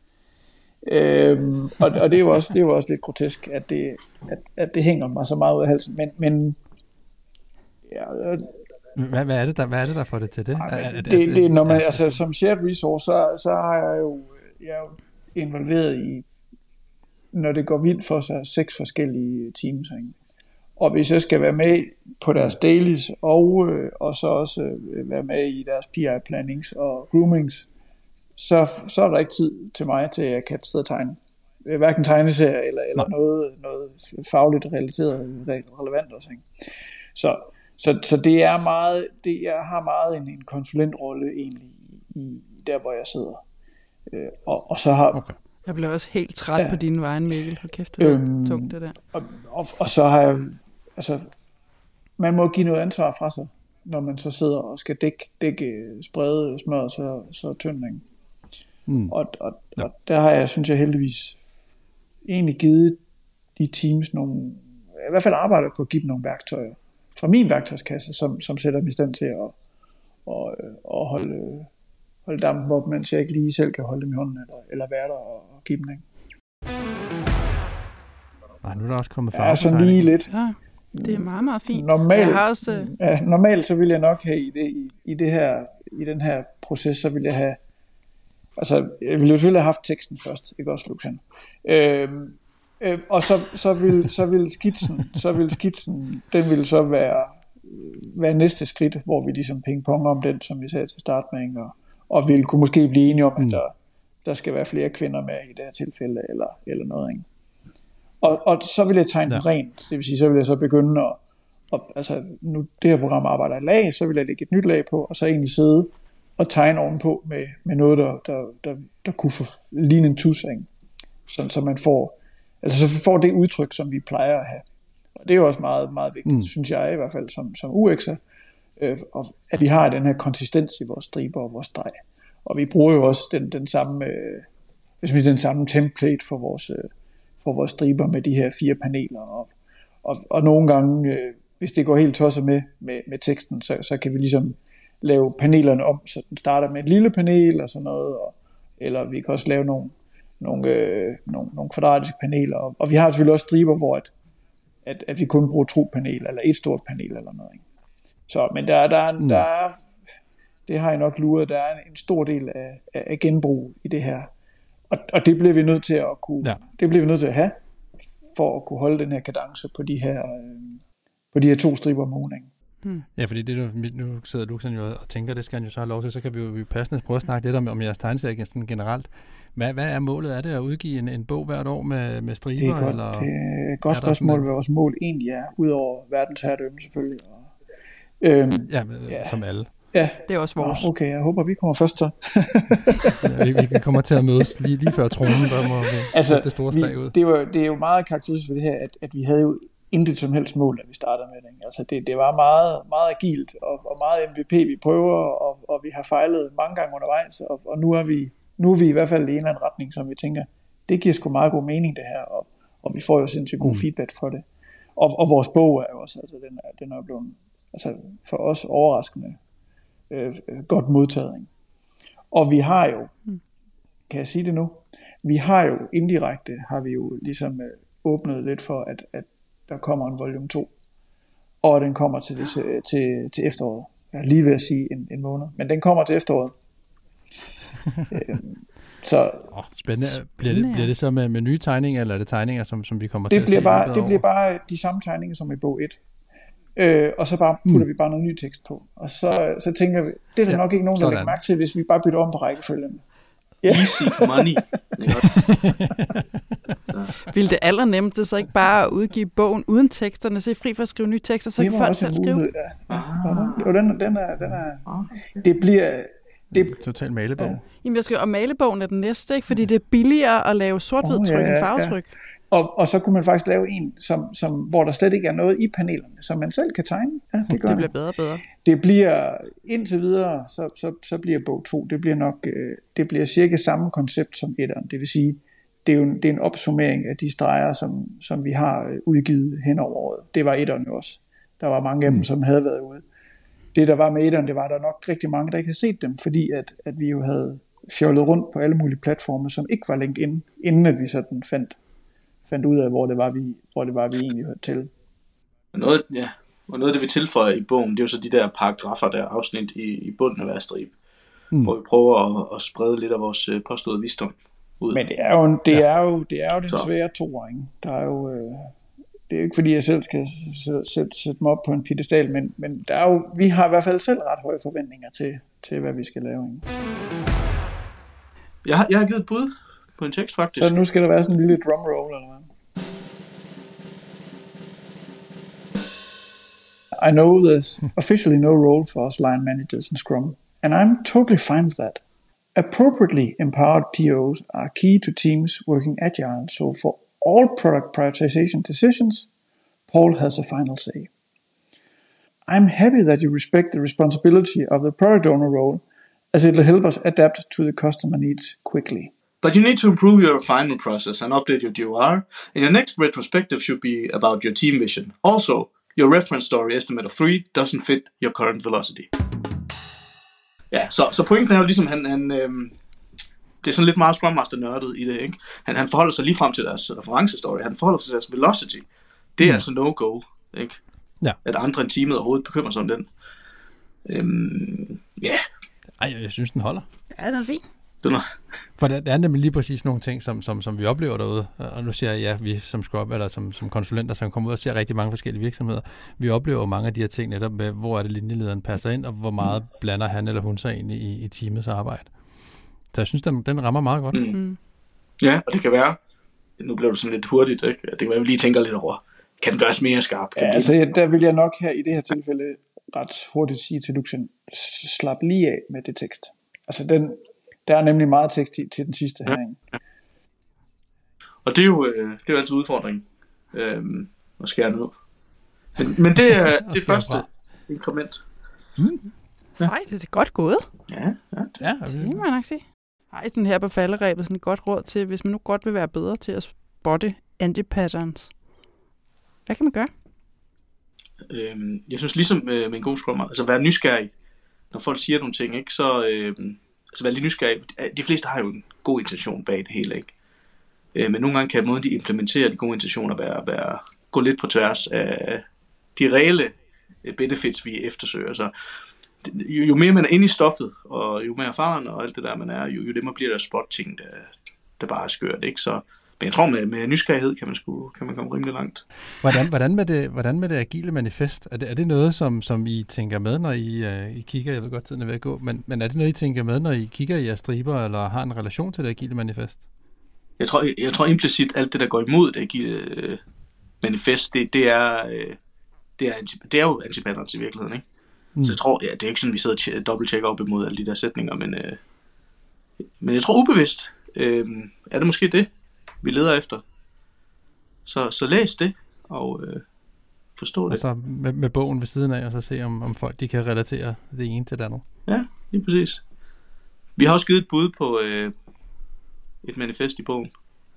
Øhm, og, og det er jo også, det er jo også lidt grotesk, at det, at, at det hænger mig så meget ud af halsen, men, men ja, Hvad, hvad, er det, der, hvad er det, der får det til det? Ej, er, er, det, det, det når man, altså, som shared resource, så, så har jeg jo, jeg er jo involveret i, når det går vildt for sig, seks forskellige teams. Ikke? Og hvis jeg skal være med på deres dailies, og, og så også være med i deres P I-plannings og groomings, så, så er der ikke tid til mig, til at jeg kan sidde og tegne. Hverken tegneserier eller, eller noget, noget fagligt relateret, relevant også. Ikke? Så Så, så det er meget, det, jeg har meget en, en konsulentrolle egentlig i, der, hvor jeg sidder. Øh, og, og så har... Okay. Jeg blev også helt træt ja, på dine vejen, Mikkel. Hold kæft, det øhm, er tungt, det der. Og, og, og så har jeg... Altså, man må give noget ansvar fra sig, når man så sidder og skal dække, dække sprede smør så, så tyndt. Mm. Og, og, ja. og der har jeg, synes jeg heldigvis, egentlig givet de teams nogle... I hvert fald arbejdet på at give dem nogle værktøjer fra min værktøjskasse, som, som sætter dem i stand til at, at, at holde, holde dampen op, mens jeg ikke lige selv kan holde dem i hånden, eller, eller være der og, og give dem, ikke? Nej, nu er der også kommet farve. Ja, sådan lige lidt. Ja, det er meget, meget fint. Normalt, jeg har også... ja, normalt så vil jeg nok have i, det, i, i, det her, i den her proces, så vil jeg have... Altså, jeg ville jo selvfølgelig have haft teksten først, ikke også, Lucian? Øhm, Øh, og så, så, vil, så vil skitsen, så vil skitsen, den vil så være, være næste skridt, hvor vi ligesom pingpong om den, som vi sagde til start med, og, og vil kunne måske blive enige om, mm. at der, der skal være flere kvinder med i det her tilfælde, eller, eller noget, ikke? Og, og så vil jeg tegne ja. den rent, det vil sige, så vil jeg så begynde at, at, altså nu det her program arbejder i lag, så vil jeg lægge et nyt lag på, og så egentlig sidde og tegne ovenpå med, med noget, der, der, der, der kunne få ligne en tus, ikke? Sådan, så man får Altså så får det udtryk, som vi plejer at have. Og det er jo også meget, meget vigtigt, mm. synes jeg i hvert fald, som, som U X'er, øh, at vi har den her konsistens i vores striber og vores streg. Og vi bruger jo også den, den samme, øh, hvis vi den samme template for vores, øh, for vores striber med de her fire paneler. Og, og, og nogle gange, øh, hvis det går helt tosset med, med, med teksten, så, så kan vi ligesom lave panelerne om, så den starter med et lille panel og sådan noget, og, eller vi kan også lave nogle Nogle, øh, nogle, nogle kvadratiske paneler, og, og vi har selvfølgelig også striber, hvor at, at, at vi kun bruger to paneler, eller et stort panel, eller noget. Ikke? Så, men der, der, mm. der er, det har jeg nok luret, der er en stor del af, af genbrug i det her, og, og det bliver vi nødt til at kunne, ja. det bliver vi nødt til at have, for at kunne holde den her kadence på de her, øh, på de her to striber om ugen. Hmm. Ja, fordi det, du, nu sidder Luxan jo og tænker, det skal han jo så have lov til, så kan vi jo vi passende prøve at snakke lidt om, om jeres tegneserie sådan generelt. Hvad, hvad er målet? Er det at udgive en, en bog hvert år med, med striber? Det er, godt, eller, det er et godt spørgsmål, hvad vores mål egentlig er, udover verdensherredømme selvfølgelig. Og, øhm, ja, med, ja, som alle. Ja. Det er også vores. Nå, okay, jeg håber, vi kommer først så. ja, vi, vi kommer til at mødes lige, lige før tronen, der må vi altså, sætte det store slag ud. Vi, det, var, det er jo meget karakteristisk for det her, at, at vi havde jo intet som helst mål, da vi startede med det. Altså det, det var meget, meget agilt og, og meget M V P, vi prøver, og, og vi har fejlet mange gange undervejs, og, og nu, er vi, nu er vi i hvert fald i en eller anden retning, som vi tænker, det giver sgu meget god mening det her, og, og vi får jo sindssygt god mm. feedback for det. Og, og vores bog er jo også, altså den er, den er blevet altså for os overraskende øh, godt modtaget. Ikke? Og vi har jo, kan jeg sige det nu, vi har jo indirekte, har vi jo ligesom øh, åbnet lidt for, at, at der kommer en volume to, og den kommer til, det, til, til efteråret. Jeg er lige ved at sige en, en måned, men den kommer til efteråret. øhm, så oh, spændende. Bliver det, bliver det så med, med nye tegninger, eller er det tegninger, som, som vi kommer det til bliver at se? Bare, det bliver bare de samme tegninger som i bog et. Øh, og så bare putter mm. vi bare noget ny tekst på. Og så, så tænker vi, det er der ja, nok ikke nogen, der lægger mærke til, hvis vi bare bytter om på rækkefølgen. Yeah. Easy money. Ville det allernemmeste så ikke bare udgive bogen uden teksterne, så fri for at skrive nye tekster, så kan folk selv skrive? Ja. Jo, den, den er, den er, det bliver... Det er totalt malebog. Ja. Jamen, jeg skal, og malebogen er den næste, ikke? Fordi det er billigere at lave sort-hvid tryk oh, ja, end farvetryk. Ja. Og, og så kunne man faktisk lave en, som, som, hvor der slet ikke er noget i panelerne, som man selv kan tegne. Ja, det, gør det bliver bedre og bedre. Det bliver indtil videre, så, så, så bliver bog to, det bliver nok, øh, det bliver cirka samme koncept som etteren. Det vil sige, det er jo en, det er en opsummering af de streger, som, som vi har udgivet hen over året. Det var etteren jo også. Der var mange af dem, som havde været ude. Det der var med etteren, det var der nok rigtig mange, der ikke havde set dem, fordi at, at vi jo havde fjollet rundt på alle mulige platforme, som ikke var længt inde, inden at vi sådan fandt fandt ud af, hvor det var, vi, hvor det var, vi egentlig hørte til. Noget, ja, og noget af det, vi tilføjer i bogen, det er jo så de der paragrafer, der afsnit i, i bunden af hver stribe, mm. hvor vi prøver at, at sprede lidt af vores påståede visdom ud. Men det er jo, det ja. er jo, det er jo den svære toer, ikke? Der er jo, øh, det er jo ikke fordi, jeg selv skal sætte, sætte mig op på en piedestal, men, men der er jo, vi har i hvert fald selv ret høje forventninger til, til hvad vi skal lave. Ikke? Jeg har, jeg har givet et bud på en tekst, faktisk. Så nu skal der være sådan en lille drumroll, eller hvad? I know there's officially no role for us line managers in Scrum, and I'm totally fine with that. Appropriately empowered P Os are key to teams working agile, so for all product prioritization decisions, Paul has a final say. I'm happy that you respect the responsibility of the product owner role, as it will help us adapt to the customer needs quickly. But you need to improve your final process and update your D O R, and your next retrospective should be about your team vision. Also, your reference story estimate of three doesn't fit your current velocity. Ja, så, så pointen er jo ligesom, han, han øhm, det er sådan lidt meget Scrum Master nørdet i det, ikke? Han, han forholder sig lige frem til deres referencestory, han forholder sig til deres velocity. Det er mm. altså no-go, ikke? Ja. At andre end teamet overhovedet bekymrer sig om den. Øhm, ja. Yeah. Ej, jeg synes, den holder. Ja, den er fin. For det er nemlig lige præcis nogle ting, som, som, som vi oplever derude. Og nu siger jeg, ja, vi som Scrum, eller som, som konsulenter, som kommer ud og ser rigtig mange forskellige virksomheder, vi oplever mange af de her ting netop med, hvor er det linjelederen passer ind, og hvor meget blander han eller hun sig ind i, i teamets arbejde. Så jeg synes, den, den rammer meget godt. Mm. Ja, og det kan være, nu bliver det sådan lidt hurtigt, ikke? Det kan være, at vi lige tænker lidt over, kan den gøres mere skarp? Ja, altså der vil jeg nok her i det her tilfælde ret hurtigt sige til Luxen, slap lige af med det tekst. Altså den Der er nemlig meget tekst til, til den sidste her. Ja. Og det er jo, øh, det er jo altid udfordring øh, at skære ned. Men, men det er det første inkrement. Mm. Ja. Sejt, det er godt gået. Ja, ja. ja det må man nok sige. Ej, sådan her på falderæbet, sådan et godt råd til, hvis man nu godt vil være bedre til at spotte anti-patterns. Hvad kan man gøre? Øh, jeg synes ligesom med, med en god scrummer, altså være nysgerrig, når folk siger nogle ting, ikke, så... Øh, Altså være lidt nysgerrig. De fleste har jo en god intention bag det hele, ikke? Øh, men nogle gange kan måden, de implementerer de gode intentioner, være, være gå lidt på tværs af de reelle benefits, vi eftersøger. Så jo, jo mere man er inde i stoffet, og jo mere erfaren og alt det der, man er, jo, jo det må bliver der spot-ting, der, der bare er skørt, ikke? Så, men jeg tror, med, med nysgerrighed kan man, sgu, kan man komme rimelig langt. Hvordan, hvordan, med, det, hvordan med det agile manifest? Er det, er det noget, som, som I tænker med, når I, uh, I kigger? Jeg ved godt, tiden er ved at gå, men, men er det noget, I tænker med, når I kigger i jeres striber, eller har en relation til det agile manifest? Jeg tror, jeg, jeg tror implicit, alt det, der går imod det agile uh, manifest, det, det, er, uh, det, er, det er jo antipatterns i virkeligheden, ikke? Mm. Så jeg tror, ja, det er ikke sådan, vi sidder og dobbelttjekker op imod alle de der sætninger, men, øh, men jeg tror ubevidst, øh, er det måske det, vi leder efter. Så, så læs det, og øh, forstå det. Og så med, med bogen ved siden af, og så se, om, om folk de kan relatere det ene til det andet. Ja, lige præcis. Vi har også givet et bud på øh, et manifest i bogen.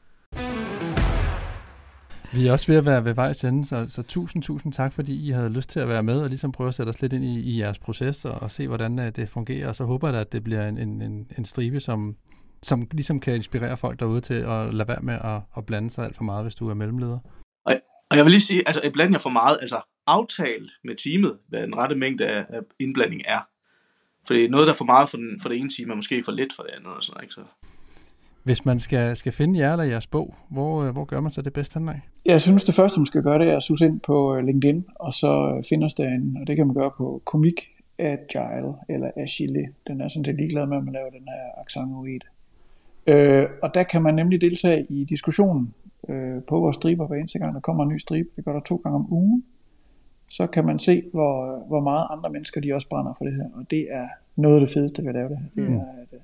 Vi er også ved at være ved vejs ende, så, så tusind, tusind tak, fordi I havde lyst til at være med og ligesom prøve at sætte os lidt ind i, i jeres proces og, og se, hvordan uh, det fungerer. Og så håber jeg, at det bliver en, en, en, en stribe, som, som ligesom kan inspirere folk derude til at lade være med at, at blande sig alt for meget, hvis du er mellemleder. Og, og jeg vil lige sige, altså jeg blander for meget, altså aftale med teamet, hvad den rette mængde af, af indblanding er. Fordi noget, der er for meget for, den, for det ene team, er måske for lidt for det andet. Og sådan, ikke? Så. Hvis man skal, skal finde jer eller jeres bog, hvor, hvor gør man så det bedst henad? Jeg synes, det første, man skal gøre, det er at suge ind på LinkedIn, og så finde os derinde. Og det kan man gøre på Komik Agile eller Agile. Den er sådan set ligeglad med, at man laver den her accent ud i det. Øh, og der kan man nemlig deltage i diskussionen øh, på vores striber hver eneste gang, der kommer en ny stribe. Det gør der to gange om ugen. Så kan man se, hvor, hvor meget andre mennesker de også brænder for det her. Og det er noget af det fedeste ved at lave det her. Det er, at,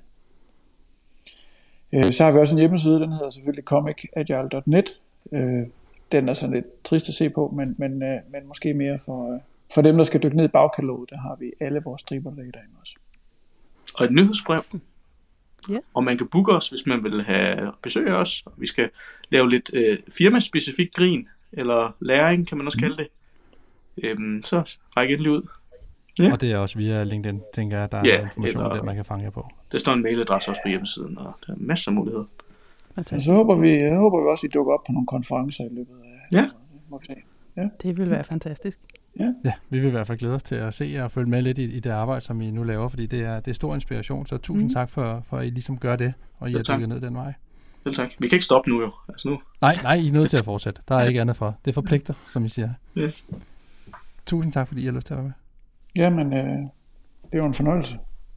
øh, så har vi også en hjemmeside, den hedder selvfølgelig comic agile punktum net. Øh, den er sådan lidt trist at se på, men, men, øh, men måske mere for, øh, for dem, der skal dykke ned i bagkataloget. Der har vi alle vores striber, der ligger derinde også. Og et nyhedsbrev. Ja. Og man kan booke os, hvis man vil have besøg af os. Vi skal lave lidt øh, firmaspecifik grin, eller læring, kan man også kalde det. Øhm, så ræk endelig ud. Ja. Og det er også via LinkedIn, tænker jeg, der er ja, information eller, der, man kan fange jer på. Der står en mailadresse også på hjemmesiden, og der er masser af muligheder. Og så håber vi, jeg håber vi også, at I dukker op på nogle konferencer i løbet af... Ja. Må vi se. Ja. Det vil være fantastisk. Ja. Ja, vi vil i hvert fald glæde os til at se jer og følge med lidt i, i det arbejde, som I nu laver, fordi det er, det er stor inspiration, så tusind mm. tak for, for at I ligesom gør det, og I har dykket ned den vej. Selv tak. Vi kan ikke stoppe nu jo. Altså nu. Nej, nej, I er nødt til at fortsætte. Der er ikke andet for. Det forpligter, som I siger. Ja. Tusind tak, fordi I har lyst til at være med. Jamen, øh, det var en fornøjelse.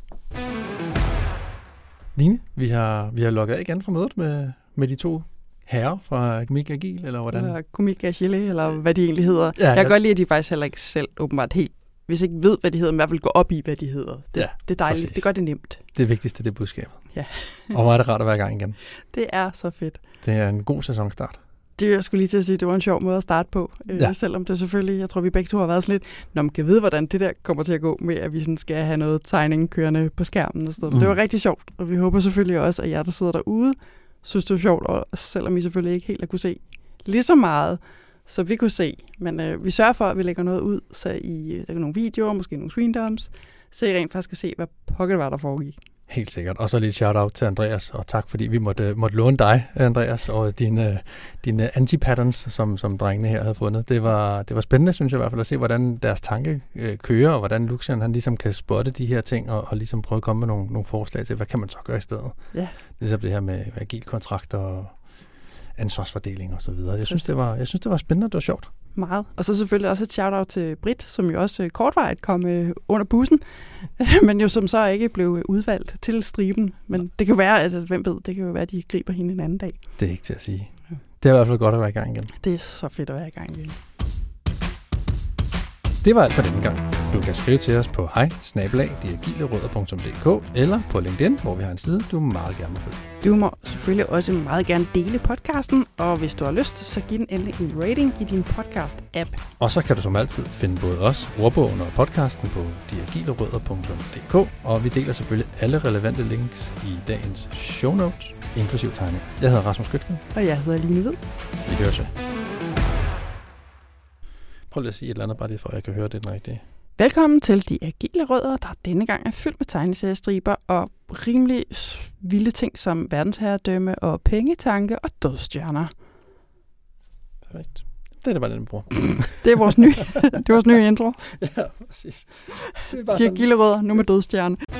Line, vi har, vi har logget af igen fra mødet med, med de to herrer fra Komik Agile, eller hvordan? Eller Komik Agile, eller hvad de egentlig hedder. Ja, jeg kan ja. godt lide, at de faktisk heller ikke selv åbenbart helt, hvis ikke ved, hvad de hedder, men i hvert fald gå op i, hvad de hedder. Det, ja, det er dejligt. præcis. Det gør det nemt. Det vigtigste, det er budskabet. Ja. Og hvor er det rart at være i gang igen. Det er så fedt. Det er en god sæsonstart. Det jeg skulle lige til at sige, det var en sjov måde at starte på. Øh, ja. Selvom det selvfølgelig, jeg tror vi begge to har været sådan lidt, når man kan vide, hvordan det der kommer til at gå med, at vi sådan skal have noget tegning kørende på skærmen og sådan. Mm. Det var rigtig sjovt, og vi håber selvfølgelig også, at jer, der sidder derude, synes det var sjovt, og selvom I selvfølgelig ikke helt har kunne se lige så meget, så vi kunne se. Men øh, vi sørger for, at vi lægger noget ud, så I, der er nogle videoer, måske nogle screendumps, så I rent faktisk kan se, hvad pokker var, der foregik. Helt sikkert. Og så lige et shout-out til Andreas, og tak fordi vi måtte, måtte låne dig, Andreas, og dine, dine anti-patterns, som, som drengene her havde fundet. Det var, det var spændende, synes jeg i hvert fald, at se, hvordan deres tanke øh, kører, og hvordan Lucian han ligesom kan spotte de her ting, og, og ligesom prøve at komme med nogle, nogle forslag til, hvad kan man så gøre i stedet. Ja. Ligesom det her med agile kontrakter og ansvarsfordeling og så videre. Jeg synes, det var, jeg synes, det var spændende, det var sjovt. Meget. Og så selvfølgelig også et shout-out til Britt, som jo også kortvarigt kom øh, under bussen, men jo som så ikke blev udvalgt til striben. Men det kan være, at hvem ved, det kan jo være, at de griber hende en anden dag. Det er ikke til at sige. Det er i hvert fald godt at være i gang igen. Det er så fedt at være i gang igen. Det var alt for denne gang. Du kan skrive til os på hej snabel-a de agile rødder punktum d k eller på LinkedIn, hvor vi har en side, du meget gerne må følge. Du må selvfølgelig også meget gerne dele podcasten, og hvis du har lyst, så giv den endelig en rating i din podcast-app. Og så kan du som altid finde både os, ordbogen og podcasten på de agile rødder punktum d k, og vi deler selvfølgelig alle relevante links i dagens show notes, inklusiv tegning. Jeg hedder Rasmus Gøtgen. Og jeg hedder Line Hvid. Vi høres ved. Prøv lige at sige et eller andet, bare lige for at jeg kan høre det den rigtige. Velkommen til De Agile Rødder, der denne gang er fyldt med tegneseriestriber og rimelig vilde ting som verdensherredømme og pengetanke og dødsstjerner. Perfekt. Det er det bare den, vi bruger. Det er vores nye, det er vores nye intro. Ja, præcis. Det er bare De Agile Rødder, nu med dødsstjerne.